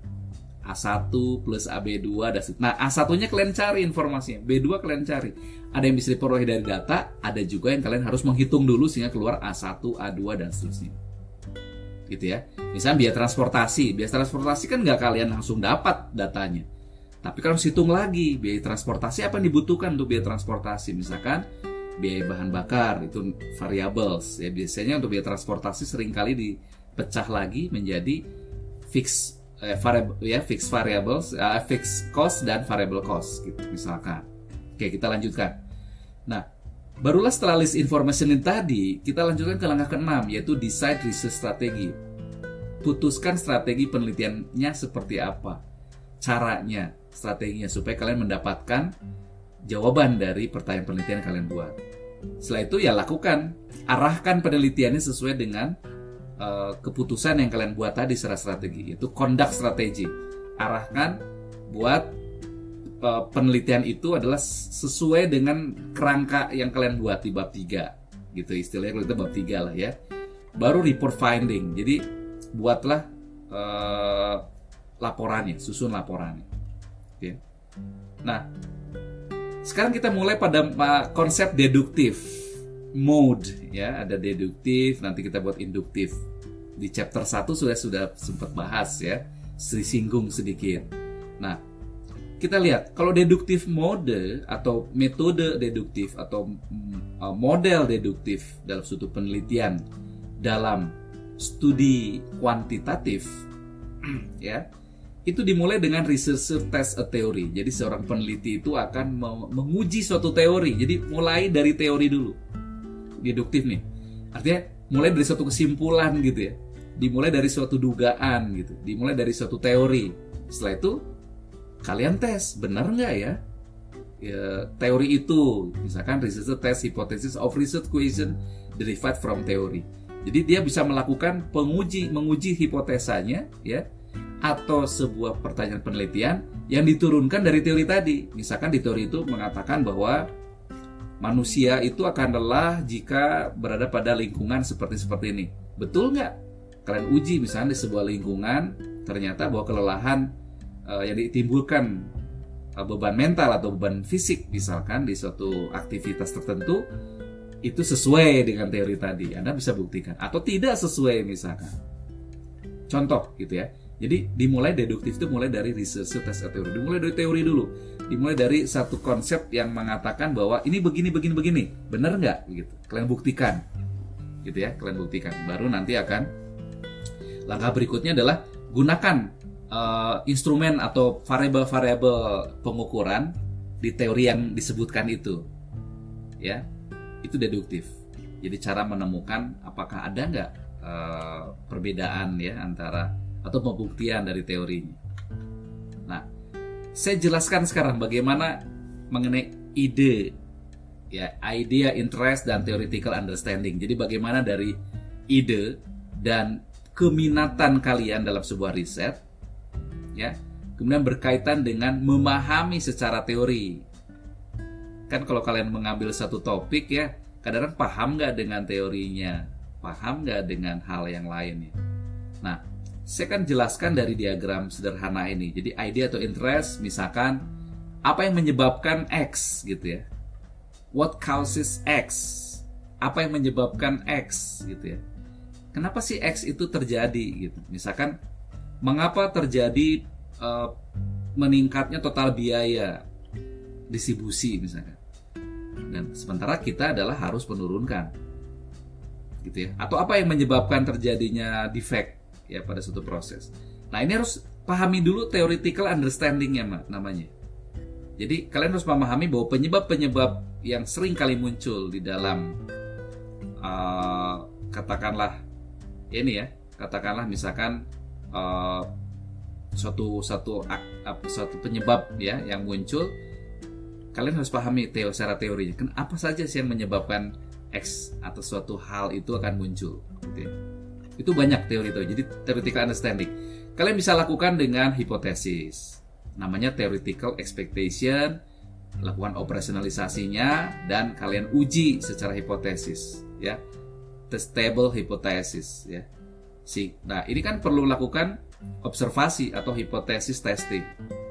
A satu plus A B dua. Nah, A satu-nya kalian cari informasinya, B dua kalian cari. Ada yang bisa diperoleh dari data, ada juga yang kalian harus menghitung dulu sehingga keluar A satu, A dua, dan seterusnya. Gitu ya. Misalnya biaya transportasi. Biaya transportasi kan nggak kalian langsung dapat datanya. Tapi kalian harus hitung lagi biaya transportasi, apa yang dibutuhkan untuk biaya transportasi. Misalkan biaya bahan bakar, itu variables ya, biasanya untuk biaya transportasi seringkali dipecah lagi menjadi fix eh, variable ya, fix variables, uh, fix cost dan variable cost gitu misalkan. Oke, kita lanjutkan. Nah, barulah setelah list information ini tadi, kita lanjutkan ke langkah keenam, yaitu decide research strategy. Putuskan strategi penelitiannya seperti apa, caranya, strateginya, supaya kalian mendapatkan jawaban dari pertanyaan penelitian yang kalian buat. Setelah itu ya lakukan, arahkan penelitiannya sesuai dengan uh, keputusan yang kalian buat tadi secara strategi, yaitu conduct strategy. Arahkan buat uh, penelitian itu adalah sesuai dengan kerangka yang kalian buat di bab tiga gitu, istilahnya kalau kita bab tiga lah ya. Baru report finding. Jadi buatlah uh, laporannya, susun laporannya. Oke. Nah, sekarang kita mulai pada konsep deduktif mode ya, ada deduktif, nanti kita buat induktif. Di chapter satu sudah sudah sempat bahas ya, singgung sedikit. Nah, kita lihat kalau deduktif mode atau metode deduktif atau model deduktif dalam suatu penelitian dalam studi kuantitatif, ya, itu dimulai dengan researcher test a theory. Jadi seorang peneliti itu akan menguji suatu teori. Jadi mulai dari teori dulu. Deduktif nih. Artinya mulai dari suatu kesimpulan gitu ya. Dimulai dari suatu dugaan gitu. Dimulai dari suatu teori. Setelah itu kalian tes, benar nggak ya? Ya, teori itu, misalkan researcher test hypothesis of research question derived from theory. Jadi dia bisa melakukan penguji, menguji hipotesanya, ya, atau sebuah pertanyaan penelitian yang diturunkan dari teori tadi. Misalkan di teori itu mengatakan bahwa manusia itu akan lelah jika berada pada lingkungan seperti seperti ini. Betul nggak? Kalian uji misalnya di sebuah lingkungan, ternyata bahwa kelelahan uh, yang ditimbulkan uh, beban mental atau beban fisik misalkan di suatu aktivitas tertentu itu sesuai dengan teori tadi, Anda bisa buktikan, atau tidak sesuai misalkan. Contoh gitu ya. Jadi dimulai deduktif itu mulai dari research test teori, dimulai dari teori dulu, dimulai dari satu konsep yang mengatakan bahwa ini begini begini begini, benar nggak? Gitu. Kalian buktikan, gitu ya, kalian buktikan. Baru nanti akan langkah berikutnya adalah gunakan uh, instrumen atau variabel-variabel pengukuran di teori yang disebutkan itu, ya. Itu deduktif. Jadi cara menemukan apakah ada nggak uh, perbedaan ya antara atau pembuktian dari teorinya. Nah, saya jelaskan sekarang bagaimana mengenai ide, ya, idea, interest, dan theoretical understanding. Jadi bagaimana dari ide dan keminatan kalian dalam sebuah riset, ya, kemudian berkaitan dengan memahami secara teori. Kan kalau kalian mengambil satu topik ya, kadang-kadang paham nggak dengan teorinya, paham nggak dengan hal yang lainnya. Nah, saya kan jelaskan dari diagram sederhana ini. Jadi idea atau interest, misalkan apa yang menyebabkan X gitu ya. What causes X? Apa yang menyebabkan X gitu ya. Kenapa sih X itu terjadi gitu. Misalkan mengapa terjadi uh, meningkatnya total biaya distribusi misalkan. Dan sementara kita adalah harus menurunkan gitu ya. Atau apa yang menyebabkan terjadinya defect ya pada suatu proses. Nah, ini harus pahami dulu theoretical understanding-nya namanya. Jadi kalian harus memahami bahwa penyebab-penyebab yang sering kali muncul di dalam uh, katakanlah ini ya, katakanlah misalkan uh, suatu satu suatu penyebab ya yang muncul, kalian harus pahami teo, secara teorinya. Kan apa saja sih yang menyebabkan X atau suatu hal itu akan muncul gitu ya. Itu banyak teori itu. Jadi theoretical understanding. Kalian bisa lakukan dengan hipotesis. Namanya theoretical expectation, lakukan operasionalisasinya dan kalian uji secara hipotesis ya. Testable hypothesis ya. Si. Nah, ini kan perlu lakukan observasi atau hipotesis testing.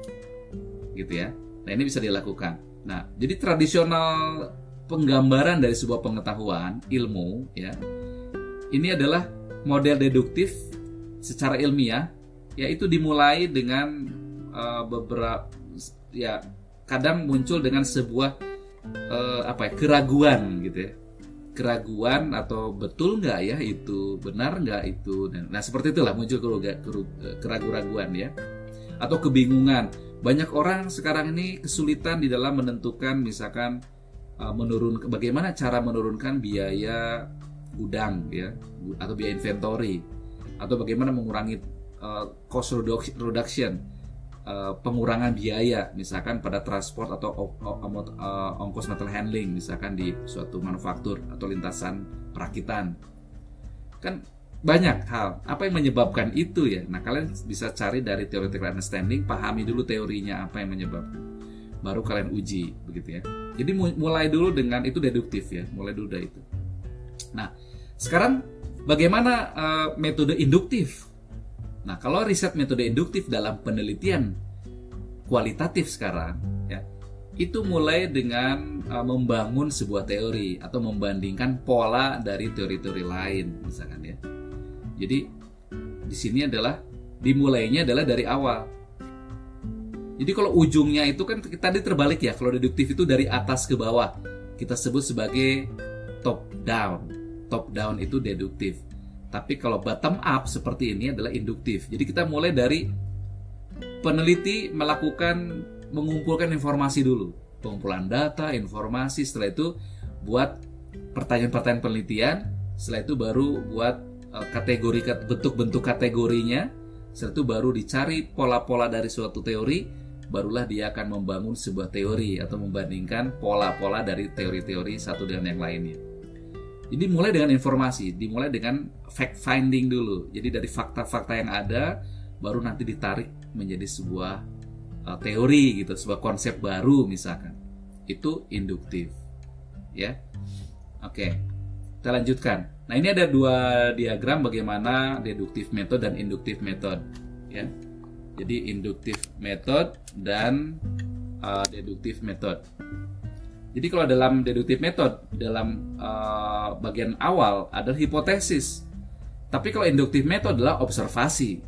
Gitu ya. Nah, ini bisa dilakukan. Nah, jadi tradisional penggambaran dari sebuah pengetahuan ilmu ya, ini adalah model deduktif secara ilmiah, yaitu dimulai dengan uh, beberapa ya kadang muncul dengan sebuah uh, apa ya keraguan gitu ya, keraguan atau betul nggak ya itu, benar nggak itu, nah seperti itulah muncul keraguan-keraguan ya, atau kebingungan. Banyak orang sekarang ini kesulitan di dalam menentukan misalkan uh, menurun bagaimana cara menurunkan biaya gudang ya atau biaya inventory, atau bagaimana mengurangi uh, cost reduction, uh, pengurangan biaya misalkan pada transport atau uh, ongkos material handling misalkan di suatu manufaktur atau lintasan perakitan. Kan banyak hal, apa yang menyebabkan itu ya. Nah, kalian bisa cari dari theoretical understanding, pahami dulu teorinya apa yang menyebabkan, baru kalian uji begitu ya. Jadi mulai dulu dengan itu deduktif ya, mulai dulu dari itu. Nah, sekarang bagaimana uh, metode induktif? Nah, kalau riset metode induktif dalam penelitian kualitatif sekarang ya, itu mulai dengan uh, membangun sebuah teori atau membandingkan pola dari teori-teori lain misalkan ya. Jadi di sini adalah dimulainya adalah dari awal. Jadi kalau ujungnya itu kan tadi terbalik ya. Kalau deduktif itu dari atas ke bawah. Kita sebut sebagai top down. Top down itu deduktif. Tapi kalau bottom up seperti ini adalah induktif. Jadi kita mulai dari peneliti melakukan mengumpulkan informasi dulu, pengumpulan data, informasi. Setelah itu buat pertanyaan-pertanyaan penelitian. Setelah itu baru buat uh, kategori bentuk-bentuk kategorinya. Setelah itu baru dicari pola-pola dari suatu teori. Barulah dia akan membangun sebuah teori atau membandingkan pola-pola dari teori-teori satu dengan yang lainnya. Jadi mulai dengan informasi, dimulai dengan fact finding dulu. Jadi dari fakta-fakta yang ada, baru nanti ditarik menjadi sebuah uh, teori gitu, sebuah konsep baru misalkan. Itu induktif, ya. Oke, kita lanjutkan. Nah, ini ada dua diagram bagaimana deduktif method dan induktif method, ya. Jadi induktif method dan uh, deduktif method. Jadi kalau dalam deduktif method, dalam uh, bagian awal adalah hipotesis. Tapi kalau induktif method adalah observasi.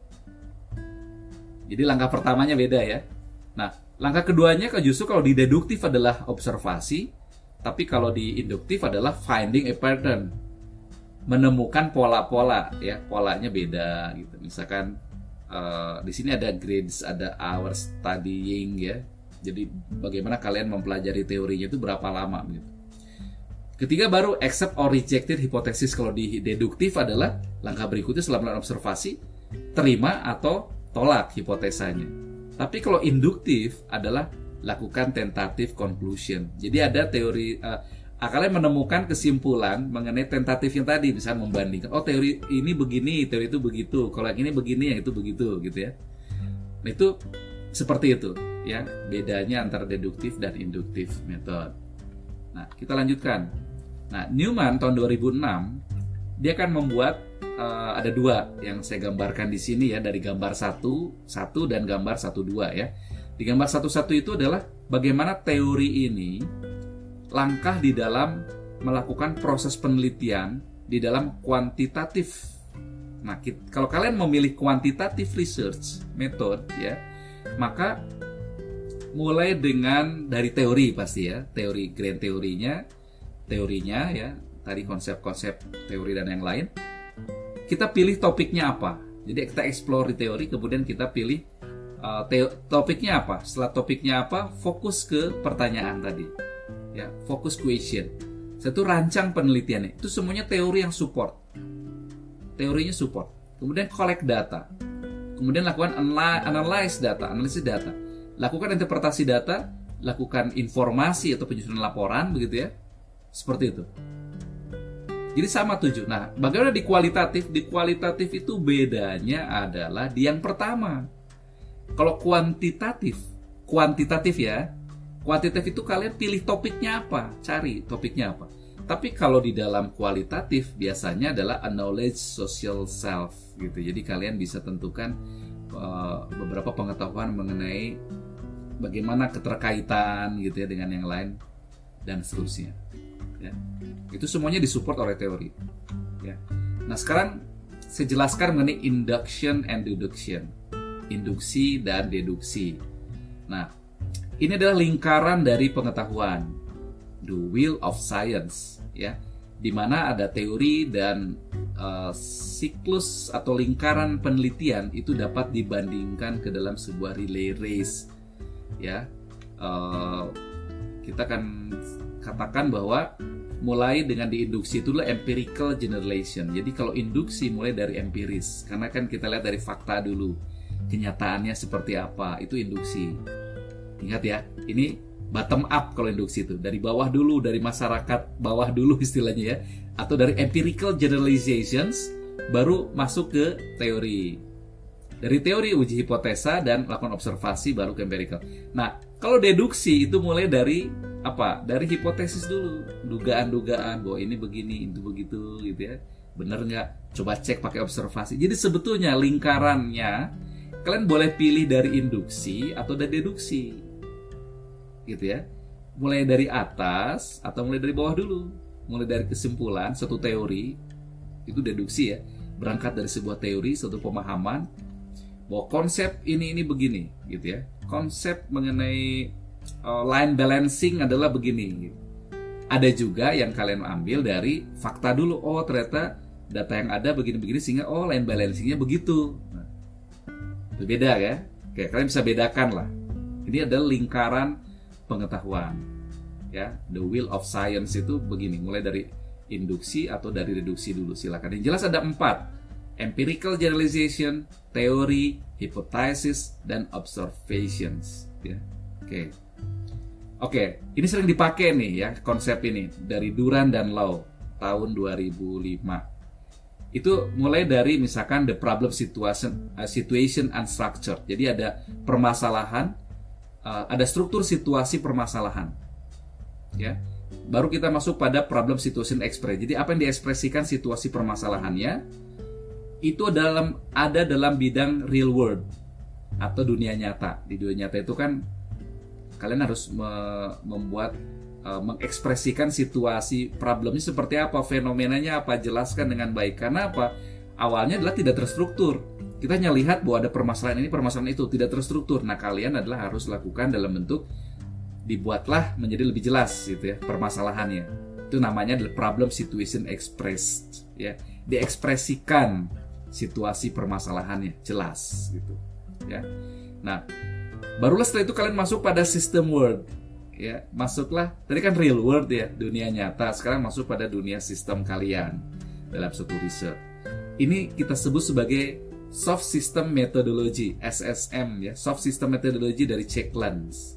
Jadi langkah pertamanya beda ya. Nah, langkah keduanya justru kalau di deduktif adalah observasi, tapi kalau di induktif adalah finding a pattern. Menemukan pola-pola, ya, polanya beda gitu. Misalkan Uh, di sini ada grades, ada hours studying ya. Jadi bagaimana kalian mempelajari teorinya itu berapa lama gitu. Ketiga baru accept or rejected hypothesis. Kalau di deduktif adalah langkah berikutnya setelah melakukan observasi, terima atau tolak hipotesanya. Tapi kalau induktif adalah lakukan tentative conclusion. Jadi ada teori uh, kalian menemukan kesimpulan mengenai tentatif yang tadi, misalnya membandingkan, oh teori ini begini, teori itu begitu, kalau yang ini begini, yang itu begitu, gitu ya. Nah, itu seperti itu, ya, bedanya antara deduktif dan induktif method. Nah, kita lanjutkan. Nah, Newman tahun dua ribu enam dia akan membuat uh, ada dua yang saya gambarkan di sini ya, dari gambar satu satu dan gambar satu dua ya. Di gambar satu satu itu adalah bagaimana teori ini langkah di dalam melakukan proses penelitian di dalam kuantitatif. Nah, kita, kalau kalian memilih kuantitatif research method ya, maka mulai dengan dari teori pasti ya, teori grand teorinya, teorinya ya, tadi konsep-konsep teori dan yang lain. Kita pilih topiknya apa. Jadi kita explore di teori, kemudian kita pilih uh, topiknya apa. Setelah topiknya apa, fokus ke pertanyaan tadi. Ya, focus question. Satu rancang penelitiannya. Itu semuanya teori yang support. Teorinya support. Kemudian collect data. Kemudian lakukan analyze data, analisis data. Lakukan interpretasi data, lakukan informasi atau penyusunan laporan begitu ya. Seperti itu. Jadi sama tujuh. Nah, bagaimana di kualitatif? Di kualitatif itu bedanya adalah di yang pertama. Kalau kuantitatif, kuantitatif ya. Kuantitatif itu kalian pilih topiknya apa, cari topiknya apa. Tapi kalau di dalam kualitatif biasanya adalah a knowledge social self gitu. Jadi kalian bisa tentukan uh, beberapa pengetahuan mengenai bagaimana keterkaitan gitu ya dengan yang lain dan seterusnya. Ya. Itu semuanya disupport oleh teori. Ya. Nah, sekarang saya jelaskan mengenai induction and deduction. Induksi dan deduksi. Nah, ini adalah lingkaran dari pengetahuan, the wheel of science, ya, di mana ada teori dan uh, siklus atau lingkaran penelitian itu dapat dibandingkan ke dalam sebuah relay race, ya. Uh, kita akan katakan bahwa mulai dengan diinduksi itu adalah empirical generalization. Jadi kalau induksi mulai dari empiris, karena kan kita lihat dari fakta dulu, kenyataannya seperti apa, itu induksi. Ingat ya, ini bottom up kalau induksi itu. Dari bawah dulu, dari masyarakat bawah dulu istilahnya ya. Atau dari empirical generalizations, baru masuk ke teori. Dari teori uji hipotesa dan lakukan observasi baru ke empirical. Nah, kalau deduksi itu mulai dari apa? Dari hipotesis dulu. Dugaan-dugaan bahwa ini begini, itu begitu gitu ya. Bener nggak? Coba cek pakai observasi. Jadi sebetulnya lingkarannya kalian boleh pilih dari induksi atau dari deduksi. Gitu ya, mulai dari atas atau mulai dari bawah dulu, mulai dari kesimpulan satu teori itu deduksi ya, berangkat dari sebuah teori, satu pemahaman bahwa konsep ini ini begini gitu ya, konsep mengenai uh, line balancing adalah begini gitu. Ada juga yang kalian ambil dari fakta dulu, oh ternyata data yang ada begini-begini sehingga oh line balancingnya begitu. Nah, berbeda ya. Oke, kalian bisa bedakan lah. Ini adalah lingkaran pengetahuan. Ya, the wheel of science itu begini, mulai dari induksi atau dari reduksi dulu, silakan. Yang jelas ada empat: empirical generalization, teori, hypothesis, dan observations. Ya, oke. Oke, ini sering dipakai nih ya konsep ini dari Duran dan Lau tahun dua ribu lima. Itu mulai dari misalkan the problem situation, uh, situation and structure. Jadi ada permasalahan, uh, ada struktur situasi permasalahan. Ya. Baru kita masuk pada problem situation express. Jadi apa yang diekspresikan situasi permasalahannya itu dalam ada dalam bidang real world atau dunia nyata. Di dunia nyata itu kan kalian harus me membuat uh, mengekspresikan situasi problemnya seperti apa, fenomenanya apa, jelaskan dengan baik. Karena apa? Awalnya adalah tidak terstruktur. Kita hanya lihat bahwa ada permasalahan ini, permasalahan itu tidak terstruktur. Nah, kalian adalah harus lakukan dalam bentuk dibuatlah menjadi lebih jelas gitu ya permasalahannya. Itu namanya adalah problem situation expressed ya. Diekspresikan situasi permasalahannya jelas gitu ya. Nah, barulah setelah itu kalian masuk pada system world ya. Masuklah, tadi kan real world ya, dunia nyata. Sekarang masuk pada dunia sistem kalian dalam suatu riset. Ini kita sebut sebagai soft system methodology, S S M ya, soft system methodology dari Checklands.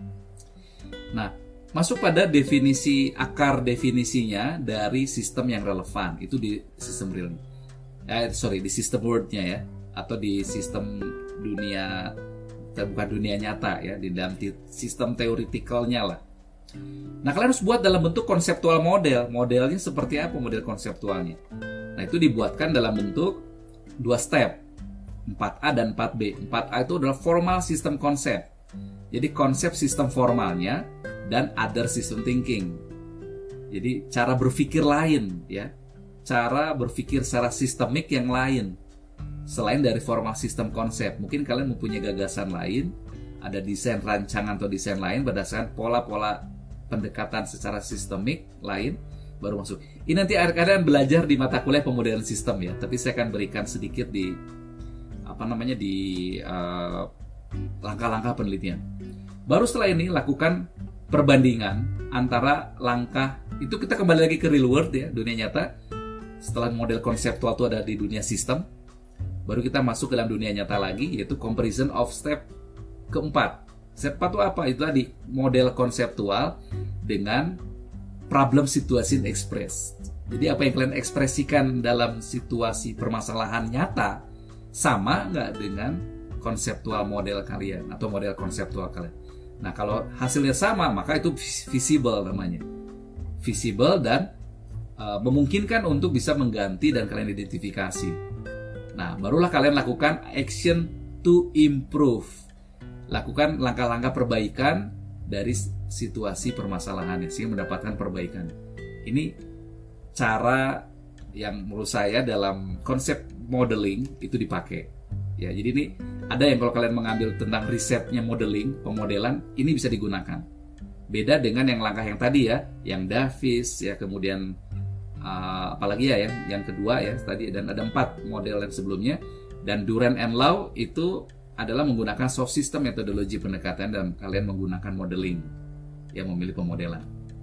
Nah, masuk pada definisi akar definisinya dari sistem yang relevan itu di sistem real. Eh sorry, di sistem world-nya ya, atau di sistem dunia, bukan dunia nyata ya, di dalam sistem teoretikalnya lah. Nah, kalian harus buat dalam bentuk konseptual model. Modelnya seperti apa model konseptualnya? Nah, itu dibuatkan dalam bentuk dua step, empat A dan empat B. empat A itu adalah formal system concept. Jadi konsep sistem formalnya dan other system thinking. Jadi cara berpikir lain ya. Cara berpikir secara sistemik yang lain. Selain dari formal sistem konsep, mungkin kalian mempunyai gagasan lain, ada desain rancangan atau desain lain berdasarkan pola-pola pendekatan secara sistemik lain baru masuk. Ini nanti kalian belajar di mata kuliah pemodelan sistem ya, tapi saya akan berikan sedikit di apa namanya di uh, langkah-langkah penelitian. Baru setelah ini lakukan perbandingan antara langkah itu, kita kembali lagi ke real world ya, dunia nyata. Setelah model konseptual itu ada di dunia sistem, baru kita masuk ke dalam dunia nyata lagi, yaitu comparison of step keempat. Step empat itu apa? Itu tadi model konseptual dengan problem situation express. Jadi apa yang kalian ekspresikan dalam situasi permasalahan nyata sama nggak dengan konseptual model kalian atau model konseptual kalian. Nah, kalau hasilnya sama, maka itu visible namanya. Visible dan uh, memungkinkan untuk bisa mengganti dan kalian identifikasi. Nah, barulah kalian lakukan action to improve. Lakukan langkah-langkah perbaikan dari situasi permasalahannya sehingga mendapatkan perbaikan. Ini cara yang menurut saya dalam konsep modeling itu dipakai. Ya, jadi ini ada yang kalau kalian mengambil tentang risetnya modeling, pemodelan, ini bisa digunakan. Beda dengan yang langkah yang tadi ya, yang Davis ya, kemudian uh, apalagi ya yang yang kedua ya tadi, dan ada empat model yang sebelumnya, dan Duran and Lau itu adalah menggunakan soft system metodologi pendekatan dan kalian menggunakan modeling yang memilih pemodelan.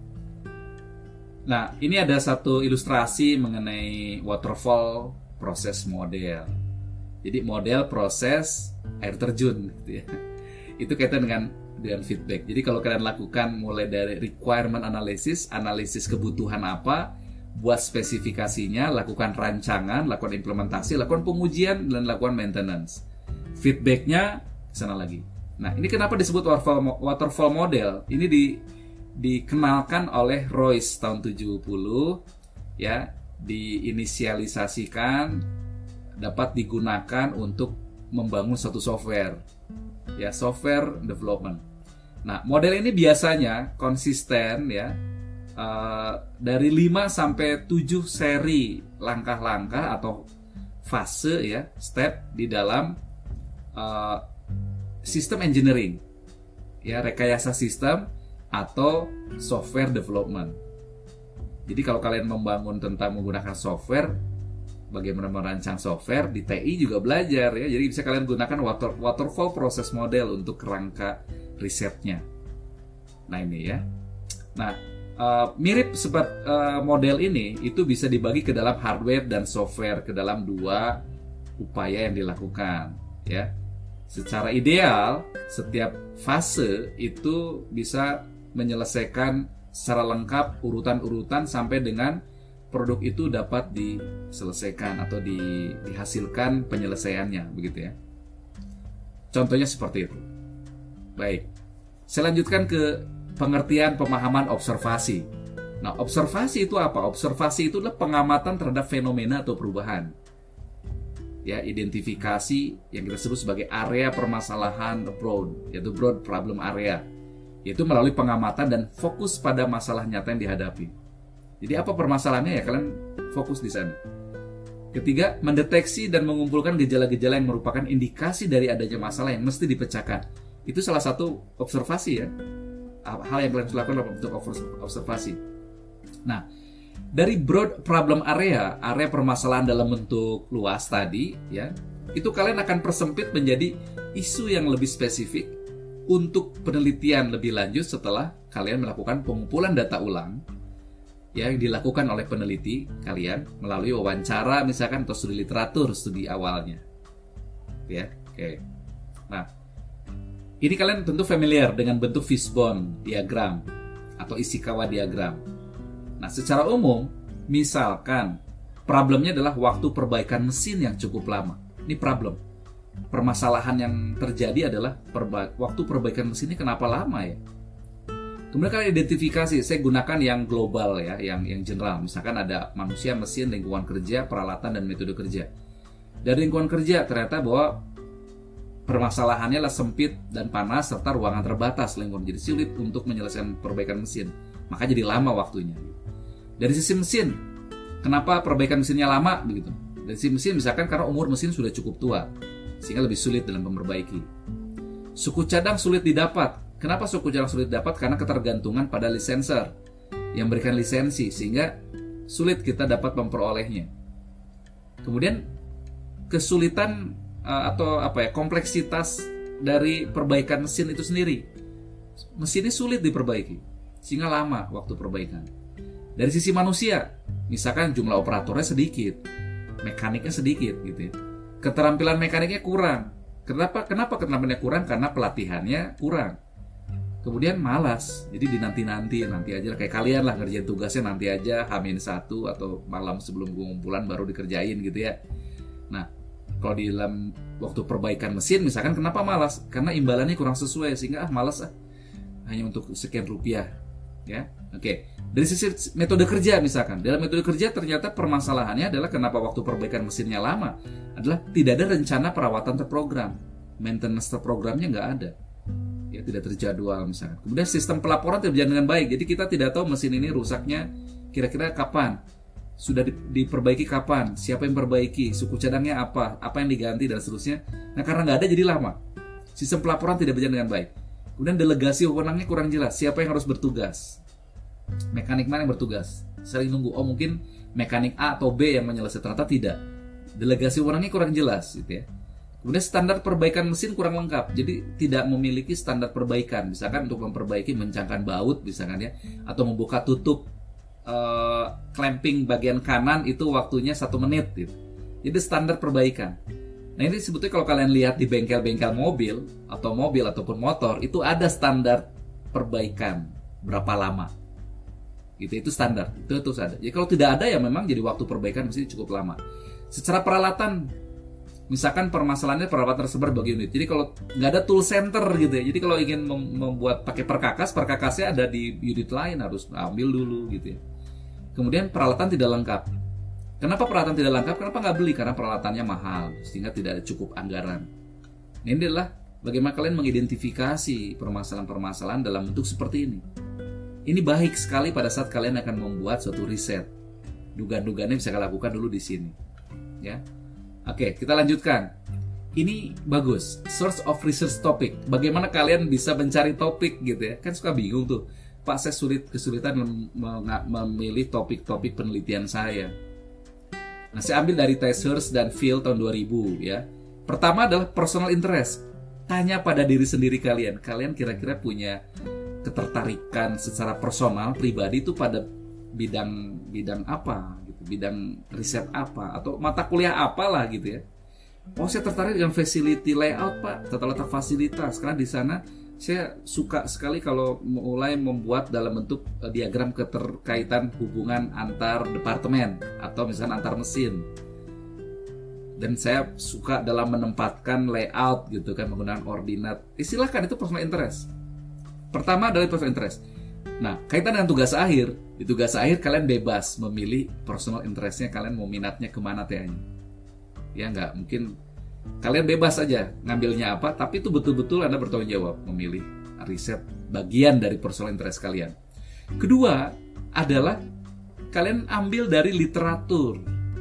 Nah, ini ada satu ilustrasi mengenai waterfall proses model. Jadi model proses air terjun gitu ya. Itu kaitan dengan dengan feedback. Jadi kalau kalian lakukan mulai dari requirement analysis, analisis kebutuhan apa, buat spesifikasinya, lakukan rancangan, lakukan implementasi, lakukan pengujian, dan lakukan maintenance. Feedbacknya ke sana lagi. Nah, ini kenapa disebut waterfall, waterfall model? Ini di, dikenalkan oleh Royce tahun tujuh puluh ya, diinisialisasikan, dapat digunakan untuk membangun suatu software ya, software development. Nah, model ini biasanya konsisten ya, uh, dari lima sampai tujuh seri langkah-langkah atau fase ya, step di dalam uh, sistem engineering ya, rekayasa sistem atau software development. Jadi kalau kalian membangun tentang menggunakan software, bagaimana merancang software, di T I juga belajar ya. Jadi bisa kalian gunakan water, waterfall process model untuk kerangka risetnya. Nah ini ya. Nah uh, mirip seperti uh, model ini itu bisa dibagi ke dalam hardware dan software, ke dalam dua upaya yang dilakukan ya. Secara ideal setiap fase itu bisa menyelesaikan secara lengkap urutan-urutan sampai dengan produk itu dapat diselesaikan atau di, dihasilkan penyelesaiannya, begitu ya. Contohnya seperti itu. Baik, saya lanjutkan ke pengertian pemahaman observasi. Nah, observasi itu apa? Observasi itu adalah pengamatan terhadap fenomena atau perubahan. Ya, identifikasi yang kita sebut sebagai area permasalahan broad, yaitu broad problem area, yaitu melalui pengamatan dan fokus pada masalah nyata yang dihadapi. Jadi apa permasalahannya ya, kalian fokus di sana. Ketiga, mendeteksi dan mengumpulkan gejala-gejala yang merupakan indikasi dari adanya masalah yang mesti dipecahkan. Itu salah satu observasi ya. Hal yang kalian lakukan dalam bentuk observasi. Nah, dari broad problem area, area permasalahan dalam bentuk luas tadi ya, itu kalian akan persempit menjadi isu yang lebih spesifik untuk penelitian lebih lanjut setelah kalian melakukan pengumpulan data ulang ya, yang dilakukan oleh peneliti kalian melalui wawancara misalkan atau studi literatur studi awalnya ya. Oke. Nah, ini kalian tentu familiar dengan bentuk fishbone diagram atau Ishikawa diagram. Nah, secara umum misalkan problemnya adalah waktu perbaikan mesin yang cukup lama. Ini problem. Permasalahan yang terjadi adalah perba- waktu perbaikan mesin ini kenapa lama ya? Kemudian kalian identifikasi, saya gunakan yang global ya, yang yang general. Misalkan ada manusia, mesin, lingkungan kerja, peralatan, dan metode kerja. Dari lingkungan kerja ternyata bahwa permasalahannya adalah sempit dan panas serta ruangan terbatas lingkungan, jadi sulit untuk menyelesaikan perbaikan mesin. Maka jadi lama waktunya. Dari sisi mesin, kenapa perbaikan mesinnya lama begitu? Dari sisi mesin misalkan karena umur mesin sudah cukup tua, sehingga lebih sulit dalam memperbaiki. Suku cadang sulit didapat. Kenapa suku cadang sulit dapat? Karena ketergantungan pada lisenser yang berikan lisensi, sehingga sulit kita dapat memperolehnya. Kemudian kesulitan uh, atau apa ya, kompleksitas dari perbaikan mesin itu sendiri. Mesinnya sulit diperbaiki, sehingga lama waktu perbaikan. Dari sisi manusia, misalkan jumlah operatornya sedikit, mekaniknya sedikit gitu ya. Keterampilan mekaniknya kurang. Kenapa? Kenapa keterampilannya kurang? Karena pelatihannya kurang. Kemudian malas, jadi dinanti-nanti, nanti aja kayak kalian lah ngerjain tugasnya nanti aja, hamin satu atau malam sebelum pengumpulan baru dikerjain gitu ya. Nah, kalau di dalam waktu perbaikan mesin misalkan kenapa malas? Karena imbalannya kurang sesuai, sehingga ah malas ah, hanya untuk sekian rupiah ya. Oke, dari sisi metode kerja misalkan, dalam metode kerja ternyata permasalahannya adalah kenapa waktu perbaikan mesinnya lama, adalah tidak ada rencana perawatan terprogram, maintenance terprogramnya nggak ada. Ya, tidak terjadwal misalnya. Kemudian sistem pelaporan tidak berjalan dengan baik. Jadi kita tidak tahu mesin ini rusaknya kira-kira kapan, sudah diperbaiki kapan, siapa yang perbaiki, suku cadangnya apa, apa yang diganti dan seterusnya. Nah, karena nggak ada jadi lama. Sistem pelaporan tidak berjalan dengan baik. Kemudian delegasi wewenangnya kurang jelas. Siapa yang harus bertugas? Mekanik mana yang bertugas? Sering nunggu. Oh mungkin mekanik A atau B yang menyelesaikan. Ternyata tidak. Delegasi wewenangnya kurang jelas, gitu ya. Kemudian standar perbaikan mesin kurang lengkap, jadi tidak memiliki standar perbaikan. Misalkan untuk memperbaiki mencangkan baut, misalkan ya, atau membuka tutup uh, clamping bagian kanan itu waktunya satu menit. Gitu. Jadi standar perbaikan. Nah ini sebetulnya kalau kalian lihat di bengkel-bengkel mobil atau mobil ataupun motor itu ada standar perbaikan berapa lama. Gitu itu standar, itu terus ada. Jadi kalau tidak ada ya memang jadi waktu perbaikan mesti cukup lama. Secara peralatan. Misalkan permasalahannya peralatan tersebar bagi unit. Jadi kalau nggak ada tool center gitu ya. Jadi kalau ingin membuat pakai perkakas, perkakasnya ada di unit lain, harus ambil dulu gitu ya. Kemudian peralatan tidak lengkap. Kenapa peralatan tidak lengkap? Kenapa nggak beli? Karena peralatannya mahal, sehingga tidak ada cukup anggaran. Nah, ini adalah bagaimana kalian mengidentifikasi permasalahan-permasalahan dalam bentuk seperti ini. Ini baik sekali pada saat kalian akan membuat suatu riset. Dugaan-dugaannya bisa kalian lakukan dulu di sini. Ya. Oke, kita lanjutkan. Ini bagus, source of research topic. Bagaimana kalian bisa mencari topik gitu ya? Kan suka bingung tuh. Pak, saya sulit kesulitan mem- memilih topik-topik penelitian saya. Nah, saya ambil dari Ticehurst dan Field tahun dua ribu ya. Pertama adalah personal interest. Tanya pada diri sendiri kalian. Kalian kira-kira punya ketertarikan secara personal, pribadi itu pada bidang bidang apa gitu, bidang riset apa atau mata kuliah apalah gitu ya. Oh, saya tertarik dengan facility layout, Pak, tata letak fasilitas. Karena di sana saya suka sekali kalau mulai membuat dalam bentuk uh, diagram keterkaitan hubungan antar departemen atau misalnya antar mesin. Dan saya suka dalam menempatkan layout gitu kan, menggunakan ordinat. Istilahkan itu personal interest. Pertama adalah personal interest. Nah, kaitan dengan tugas akhir. Di tugas akhir kalian bebas memilih personal interestnya, kalian mau minatnya kemana T A-nya. Ya nggak, mungkin kalian bebas aja ngambilnya apa, tapi itu betul-betul Anda bertanggung jawab memilih riset bagian dari personal interest kalian. Kedua adalah kalian ambil dari literatur,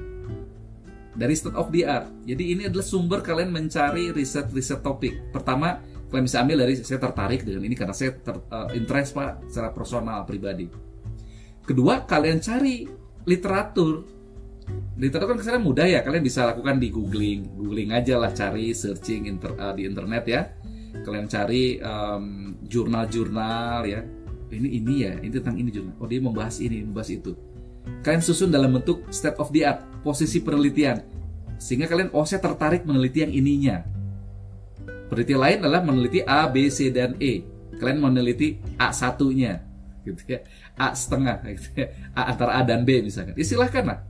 dari state of the art. Jadi ini adalah sumber kalian mencari riset-riset topik. Pertama, kalian bisa ambil dari saya tertarik dengan ini karena saya ter, uh, interest Pak secara personal pribadi. Kedua, kalian cari literatur. Literatur kan sekarang mudah ya, kalian bisa lakukan di googling, googling aja lah, cari searching inter, uh, di internet ya. Kalian cari um, jurnal-jurnal ya. Ini ini ya, ini tentang ini jurnal. Oh dia membahas ini, membahas itu. Kalian susun dalam bentuk state of the art, posisi penelitian, sehingga kalian oh saya tertarik meneliti yang ininya. Peneliti lain adalah meneliti A, B, C, dan E. Kalian meneliti A satunya, gitu ya, A setengah, gitu ya. A antara A dan B misalkan. Ya, silahkan lah.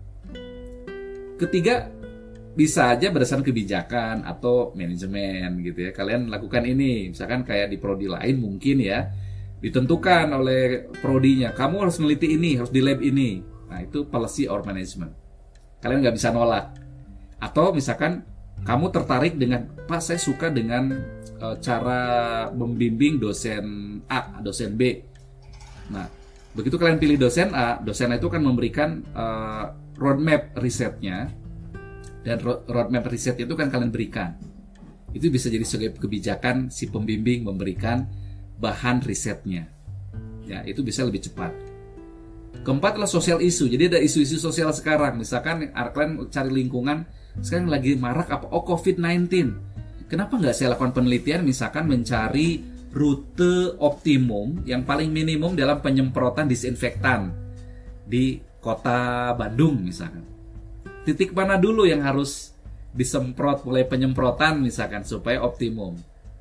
Ketiga, bisa aja berdasarkan kebijakan atau manajemen gitu ya. Kalian lakukan ini, misalkan kayak di prodi lain mungkin ya, ditentukan oleh prodinya. Kamu harus meneliti ini, harus di lab ini. Nah itu policy or management. Kalian nggak bisa nolak. Atau misalkan kamu tertarik dengan, Pak saya suka dengan e, cara membimbing dosen A, dosen B. Nah, begitu kalian pilih dosen A, dosen A itu akan memberikan e, roadmap risetnya, dan roadmap riset itu kan kalian berikan. Itu bisa jadi sebagai kebijakan si pembimbing memberikan bahan risetnya. Ya, itu bisa lebih cepat. Keempat adalah social issue. Jadi ada isu-isu sosial sekarang. Misalkan kalian cari lingkungan, sekarang lagi marak apa? Oh, covid sembilan belas. Kenapa nggak saya lakukan penelitian misalkan mencari rute optimum yang paling minimum dalam penyemprotan disinfektan di kota Bandung misalkan. Titik mana dulu yang harus disemprot mulai penyemprotan misalkan supaya optimum.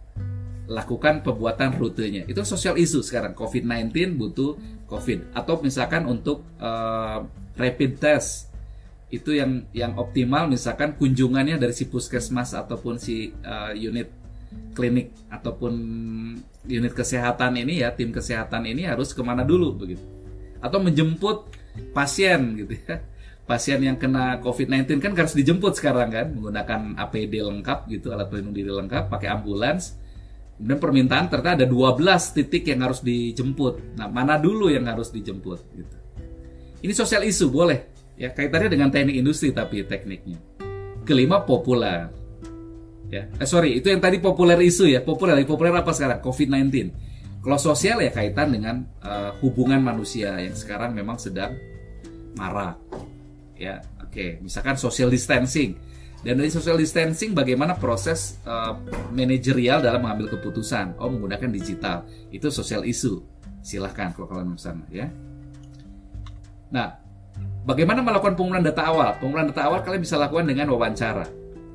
Lakukan pembuatan rutenya. Itu social issue sekarang. covid sembilan belas butuh COVID. Atau misalkan untuk uh, rapid test. Itu yang yang optimal misalkan kunjungannya dari si puskesmas ataupun si uh, unit klinik ataupun unit kesehatan ini ya, tim kesehatan ini harus kemana dulu begitu. Atau menjemput pasien gitu ya. Pasien yang kena covid sembilan belas kan harus dijemput sekarang kan, menggunakan A P D lengkap gitu, alat pelindung diri lengkap, pakai ambulans. Kemudian permintaan ternyata ada dua belas titik yang harus dijemput. Nah, mana dulu yang harus dijemput gitu. Ini social issue boleh ya, kaitannya dengan teknik industri tapi tekniknya. Kelima, populer. Ya, eh, sorry, itu yang tadi populer isu ya. Populer, populer apa sekarang? covid sembilan belas. Kalau sosial ya kaitan dengan uh, hubungan manusia yang sekarang memang sedang marak. Ya, oke. Okay. Misalkan social distancing. Dan dari social distancing bagaimana proses uh, manajerial dalam mengambil keputusan? Oh, menggunakan digital. Itu social issue. Silahkan kalau kalian mau sana ya. Nah, bagaimana melakukan pengumpulan data awal? Pengumpulan data awal kalian bisa lakukan dengan wawancara.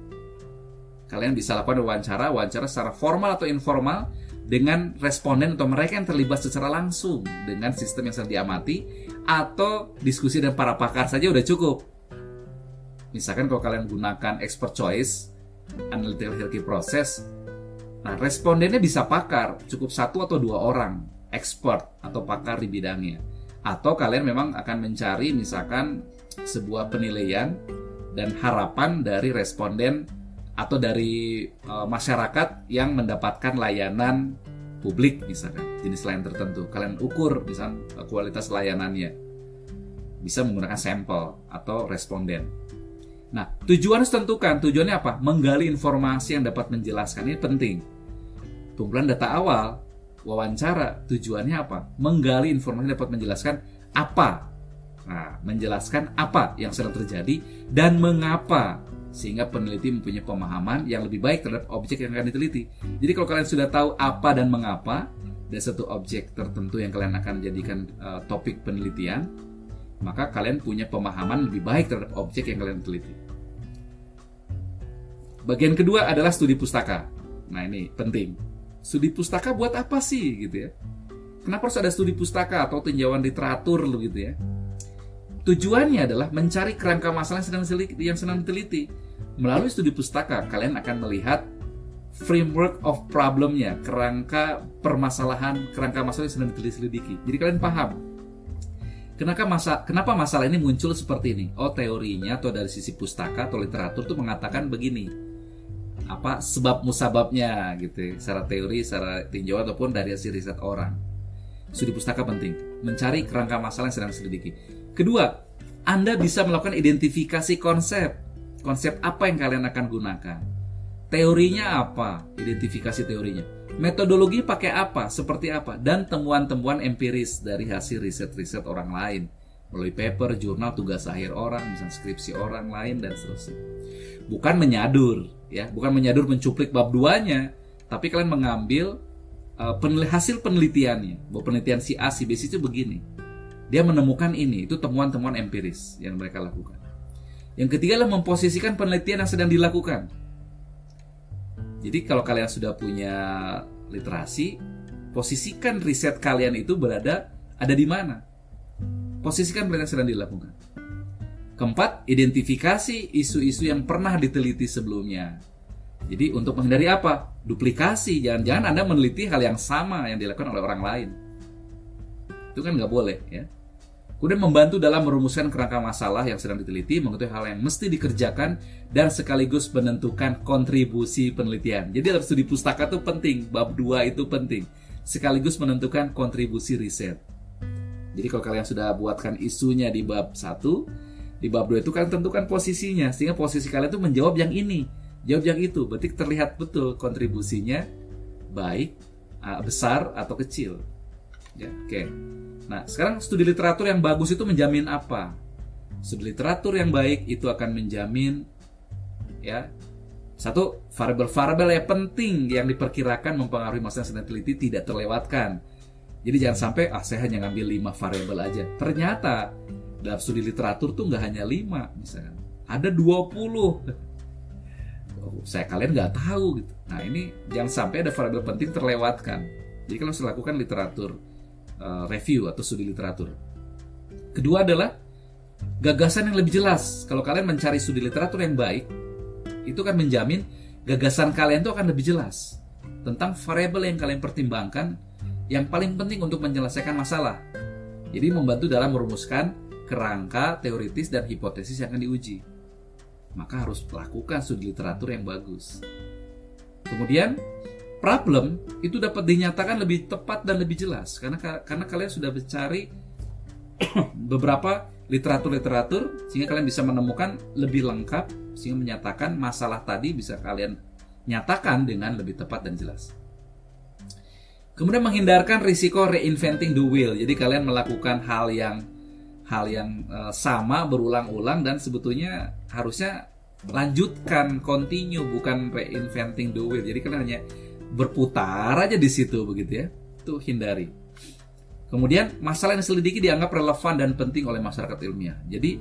Kalian bisa lakukan wawancara, wawancara secara formal atau informal dengan responden atau mereka yang terlibat secara langsung dengan sistem yang sedang diamati, atau diskusi dengan para pakar saja udah cukup. Misalkan kalau kalian gunakan expert choice, analytical hierarchy process, nah respondennya bisa pakar, cukup satu atau dua orang, expert atau pakar di bidangnya. Atau kalian memang akan mencari misalkan sebuah penilaian dan harapan dari responden atau dari e, masyarakat yang mendapatkan layanan publik misalkan, jenis layanan tertentu. Kalian ukur misalkan kualitas layanannya. Bisa menggunakan sampel atau responden. Nah, tujuan harus tentukan. Tujuannya apa? Menggali informasi yang dapat menjelaskan. Ini penting. Pengumpulan data awal, wawancara, tujuannya apa? Menggali informasi yang dapat menjelaskan apa Nah, menjelaskan apa yang sedang terjadi dan mengapa, sehingga peneliti mempunyai pemahaman yang lebih baik terhadap objek yang akan diteliti. Jadi kalau kalian sudah tahu apa dan mengapa dari satu objek tertentu yang kalian akan jadikan uh, topik penelitian, maka kalian punya pemahaman lebih baik terhadap objek yang kalian teliti. Bagian kedua adalah studi pustaka. Nah, ini penting. Studi pustaka buat apa sih gitu ya? Kenapa harus ada studi pustaka atau tinjauan literatur gitu ya? Tujuannya adalah mencari kerangka masalah yang sedang diteliti, yang sedang diteliti. Melalui studi pustaka, kalian akan melihat framework of problemnya, kerangka permasalahan, kerangka masalah yang sedang diteliti. Jadi kalian paham kenapa masa, kenapa masalah ini muncul seperti ini. Oh, teorinya atau dari sisi pustaka atau literatur tuh mengatakan begini. Apa sebab musababnya gitu, secara teori, secara tinjauan ataupun dari hasil riset orang. Studi pustaka penting, mencari kerangka masalah yang sedang diselidiki. Kedua, Anda bisa melakukan identifikasi konsep. Konsep apa yang kalian akan gunakan? Teorinya apa? Identifikasi teorinya. Metodologi pakai apa? Seperti apa? Dan temuan-temuan empiris dari hasil riset-riset orang lain. Melalui paper, jurnal, tugas akhir orang, misalnya skripsi orang lain, dan seterusnya. Bukan menyadur, ya, bukan menyadur mencuplik bab duanya, tapi kalian mengambil uh, penel- hasil penelitiannya. Bahwa penelitian si A, si B, si itu begini. Dia menemukan ini, itu temuan-temuan empiris yang mereka lakukan. Yang ketiga adalah memposisikan penelitian yang sedang dilakukan. Jadi kalau kalian sudah punya literasi, posisikan riset kalian itu berada ada di mana. Posisikan penelitian yang sedang dilakukan. Keempat, identifikasi isu-isu yang pernah diteliti sebelumnya. Jadi untuk menghindari apa? Duplikasi. Jangan-jangan Anda meneliti hal yang sama yang dilakukan oleh orang lain. Itu kan nggak boleh, ya. Kemudian membantu dalam merumuskan kerangka masalah yang sedang diteliti, mengetahui hal yang mesti dikerjakan, dan sekaligus menentukan kontribusi penelitian. Jadi dalam studi pustaka itu penting, bab dua itu penting. Sekaligus menentukan kontribusi riset. Jadi kalau kalian sudah buatkan isunya di bab satu, di bab dua itu kalian tentukan posisinya, sehingga posisi kalian itu menjawab yang ini, jawab yang itu. Berarti terlihat betul kontribusinya baik, besar, atau kecil. Ya, oke. Okay. Nah, sekarang studi literatur yang bagus itu menjamin apa? Studi literatur yang baik itu akan menjamin, ya, satu, variabel-variabel yang penting yang diperkirakan mempengaruhi masalah yang sedang diteliti tidak terlewatkan. Jadi jangan sampai, ah saya hanya ngambil lima variabel aja. Ternyata dalam studi literatur tuh nggak hanya lima, misalnya ada dua puluh. Oh, saya kalian nggak tahu gitu. Nah, ini jangan sampai ada variabel penting terlewatkan. Jadi kalau harus lakukan literatur Uh, review atau studi literatur. Kedua adalah gagasan yang lebih jelas. Kalau kalian mencari studi literatur yang baik, itu kan menjamin gagasan kalian itu akan lebih jelas tentang variabel yang kalian pertimbangkan yang paling penting untuk menyelesaikan masalah. Jadi membantu dalam merumuskan kerangka teoritis dan hipotesis yang akan diuji. Maka harus lakukan studi literatur yang bagus. Kemudian problem itu dapat dinyatakan lebih tepat dan lebih jelas karena karena kalian sudah mencari beberapa literatur-literatur sehingga kalian bisa menemukan lebih lengkap sehingga menyatakan masalah tadi bisa kalian nyatakan dengan lebih tepat dan jelas. Kemudian menghindarkan risiko reinventing the wheel. Jadi kalian melakukan hal yang hal yang uh, sama berulang-ulang dan sebetulnya harusnya lanjutkan, continue, bukan reinventing the wheel. Jadi kalian hanya berputar aja di situ begitu ya. Itu hindari. Kemudian masalah yang diselidiki dianggap relevan dan penting oleh masyarakat ilmiah. Jadi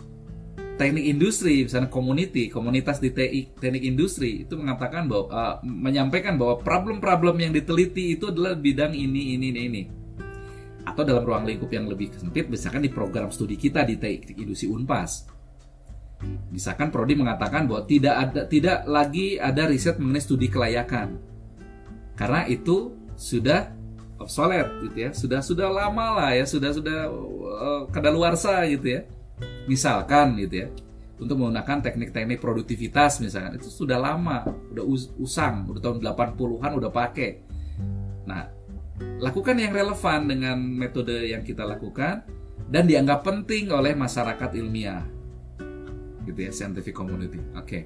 teknik industri, misalnya community, komunitas di teknik industri itu mengatakan bahwa uh, menyampaikan bahwa problem-problem yang diteliti itu adalah bidang ini ini ini ini. Atau dalam ruang lingkup yang lebih sempit, misalkan di program studi kita di teknik industri Unpas. Misalkan prodi mengatakan bahwa tidak ada tidak lagi ada riset mengenai studi kelayakan. Karena itu sudah obsolete gitu ya, sudah sudah lama lah ya, sudah sudah uh, kadaluarsa gitu ya. Misalkan gitu ya, untuk menggunakan teknik-teknik produktivitas misalkan itu sudah lama, udah us- usang, udah tahun delapan puluhan udah pakai. Nah, lakukan yang relevan dengan metode yang kita lakukan dan dianggap penting oleh masyarakat ilmiah. Gitu ya, scientific community. Oke. Okay.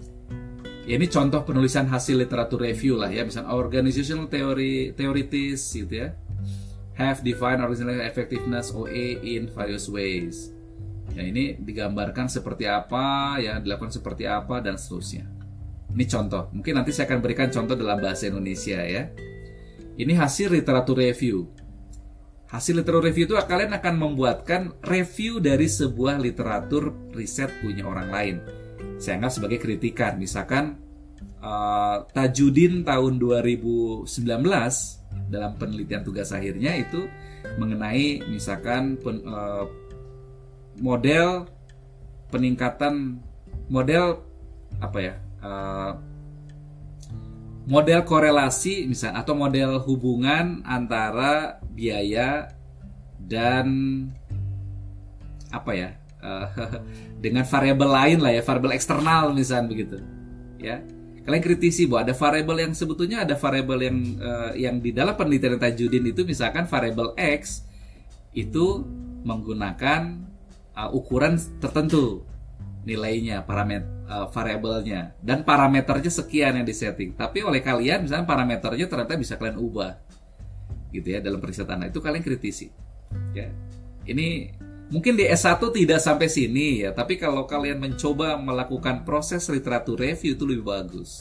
Ya, ini contoh penulisan hasil literatur review lah ya, misalnya organizational theory, theoritis gitu ya, have defined original effectiveness O A in various ways. Ya, ini digambarkan seperti apa, ya dilakukan seperti apa dan seterusnya. Ini contoh. Mungkin nanti saya akan berikan contoh dalam bahasa Indonesia ya. Ini hasil literatur review. Hasil literatur review itu kalian akan membuatkan review dari sebuah literatur riset punya orang lain. Saya anggap sebagai kritikan. Misalkan uh, Tajudin tahun dua ribu sembilan belas dalam penelitian tugas akhirnya itu mengenai misalkan pen, uh, model peningkatan model apa ya uh, model korelasi misal atau model hubungan antara biaya dan apa ya uh, dengan variabel lain lah ya, variabel eksternal misalnya begitu ya. Kalian kritisi bahwa ada variabel yang sebetulnya ada variabel yang uh, yang di dalam penelitian Tajudin itu misalkan variabel X itu menggunakan Uh, ukuran tertentu nilainya, parameter uh, variabelnya dan parameternya sekian yang disetting. Tapi oleh kalian misalnya parameternya ternyata bisa kalian ubah, gitu ya dalam periset Anda. Itu kalian kritisi. Ya, ini mungkin di S satu tidak sampai sini ya, tapi kalau kalian mencoba melakukan proses literatur review itu lebih bagus.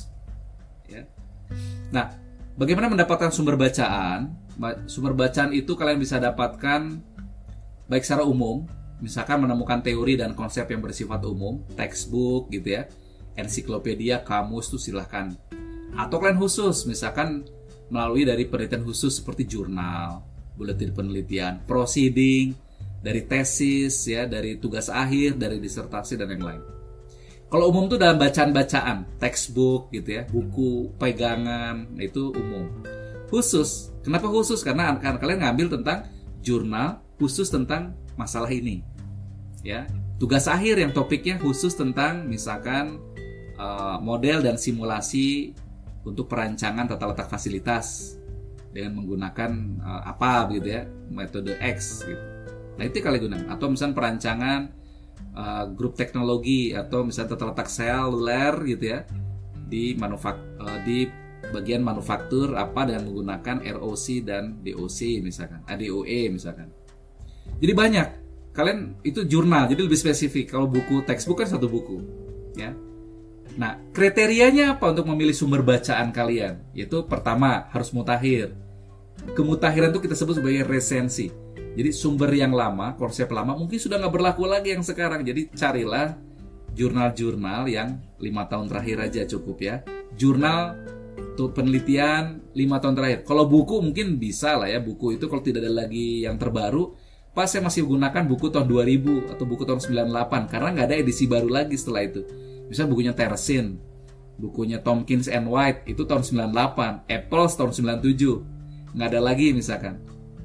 Ya. Nah, bagaimana mendapatkan sumber bacaan? Sumber bacaan itu kalian bisa dapatkan baik secara umum. Misalkan menemukan teori dan konsep yang bersifat umum, textbook gitu ya, ensiklopedia, kamus itu silahkan. Atau kalian khusus, misalkan melalui dari penelitian khusus seperti jurnal, buletin penelitian, proceeding, dari tesis ya, dari tugas akhir, dari disertasi dan yang lain. Kalau umum itu dalam bacaan-bacaan, textbook gitu ya, buku, pegangan, itu umum. Khusus, kenapa khusus? Karena kalian ngambil tentang jurnal khusus tentang masalah ini ya. Tugas akhir yang topiknya khusus tentang misalkan uh, model dan simulasi untuk perancangan tata letak fasilitas dengan menggunakan uh, apa gitu ya, metode X gitu. Nah itu kalian gunakan. Atau misalkan perancangan uh, grup teknologi atau misalnya tata letak seluler gitu ya di manufak uh, di bagian manufaktur apa dengan menggunakan R O C dan D O C misalkan, A D O E misalkan. Jadi banyak. Kalian itu jurnal, jadi lebih spesifik. Kalau buku textbook kan satu buku, ya. Nah, kriterianya apa untuk memilih sumber bacaan kalian? Yaitu pertama harus mutakhir. Kemutahiran itu kita sebut sebagai resensi. Jadi sumber yang lama, konsep lama mungkin sudah nggak berlaku lagi yang sekarang. Jadi carilah jurnal-jurnal yang lima tahun terakhir aja cukup ya. Jurnal tuh penelitian lima tahun terakhir. Kalau buku mungkin bisa lah ya, buku itu kalau tidak ada lagi yang terbaru. Pas saya masih gunakan buku tahun dua ribu atau buku tahun sembilan puluh delapan karena nggak ada edisi baru lagi setelah itu. Misalnya bukunya Tersin, bukunya Tompkins and White itu tahun sembilan puluh delapan, Apples tahun sembilan puluh tujuh, nggak ada lagi misalkan.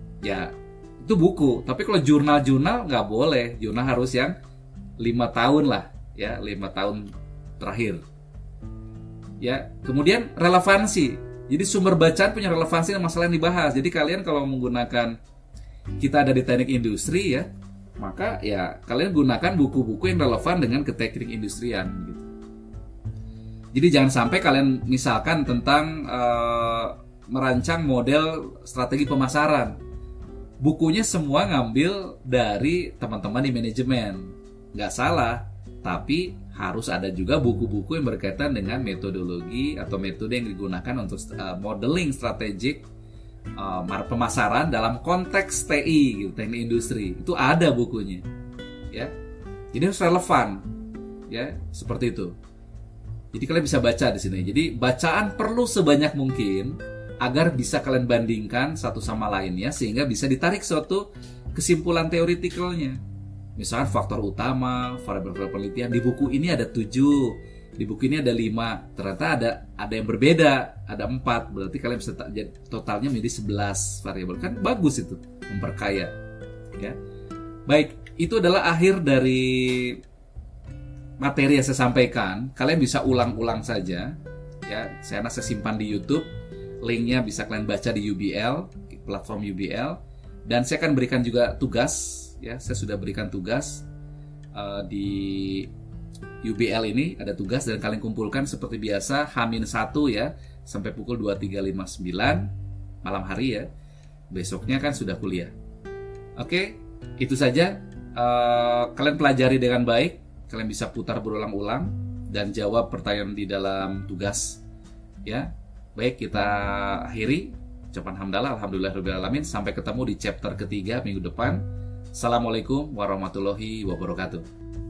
Ya itu buku. Tapi kalau jurnal-jurnal nggak boleh, jurnal harus yang lima tahun lah, ya lima tahun terakhir. Ya kemudian relevansi. Jadi sumber bacaan punya relevansi dengan masalah yang dibahas. Jadi kalian kalau menggunakan kita ada di teknik industri ya, maka ya kalian gunakan buku-buku yang relevan dengan ke teknik industrian gitu. Jadi jangan sampai kalian misalkan tentang uh, merancang model strategi pemasaran, bukunya semua ngambil dari teman-teman di manajemen, nggak salah, tapi harus ada juga buku-buku yang berkaitan dengan metodologi atau metode yang digunakan untuk uh, modeling strategik Uh, pemasaran dalam konteks T I gitu, teknik industri itu ada bukunya ya, jadi harus relevan ya, seperti itu. Jadi kalian bisa baca di sini. Jadi bacaan perlu sebanyak mungkin agar bisa kalian bandingkan satu sama lainnya sehingga bisa ditarik suatu kesimpulan teoretikalnya. Misalkan faktor utama, variabel penelitian di buku ini ada tujuh, di buku ini ada lima, ternyata ada ada yang berbeda, ada empat, berarti kalian bisa totalnya menjadi sebelas variabel, kan bagus itu, memperkaya ya. Baik, itu adalah akhir dari materi yang saya sampaikan. Kalian bisa ulang-ulang saja ya, saya saya simpan di YouTube, linknya bisa kalian baca di U B L, platform U B L, dan saya akan berikan juga tugas ya, saya sudah berikan tugas uh, di U B L ini ada tugas dan kalian kumpulkan seperti biasa H minus satu ya sampai pukul dua puluh tiga lima puluh sembilan malam hari ya. besoknya kan sudah kuliah. Oke, itu saja. Uh, kalian pelajari dengan baik, kalian bisa putar berulang-ulang dan jawab pertanyaan di dalam tugas. Ya, baik, kita akhiri. Ucapan hamdalah, alhamdulillahirabbil alamin. Sampai ketemu di chapter ketiga minggu depan. Assalamualaikum warahmatullahi wabarakatuh.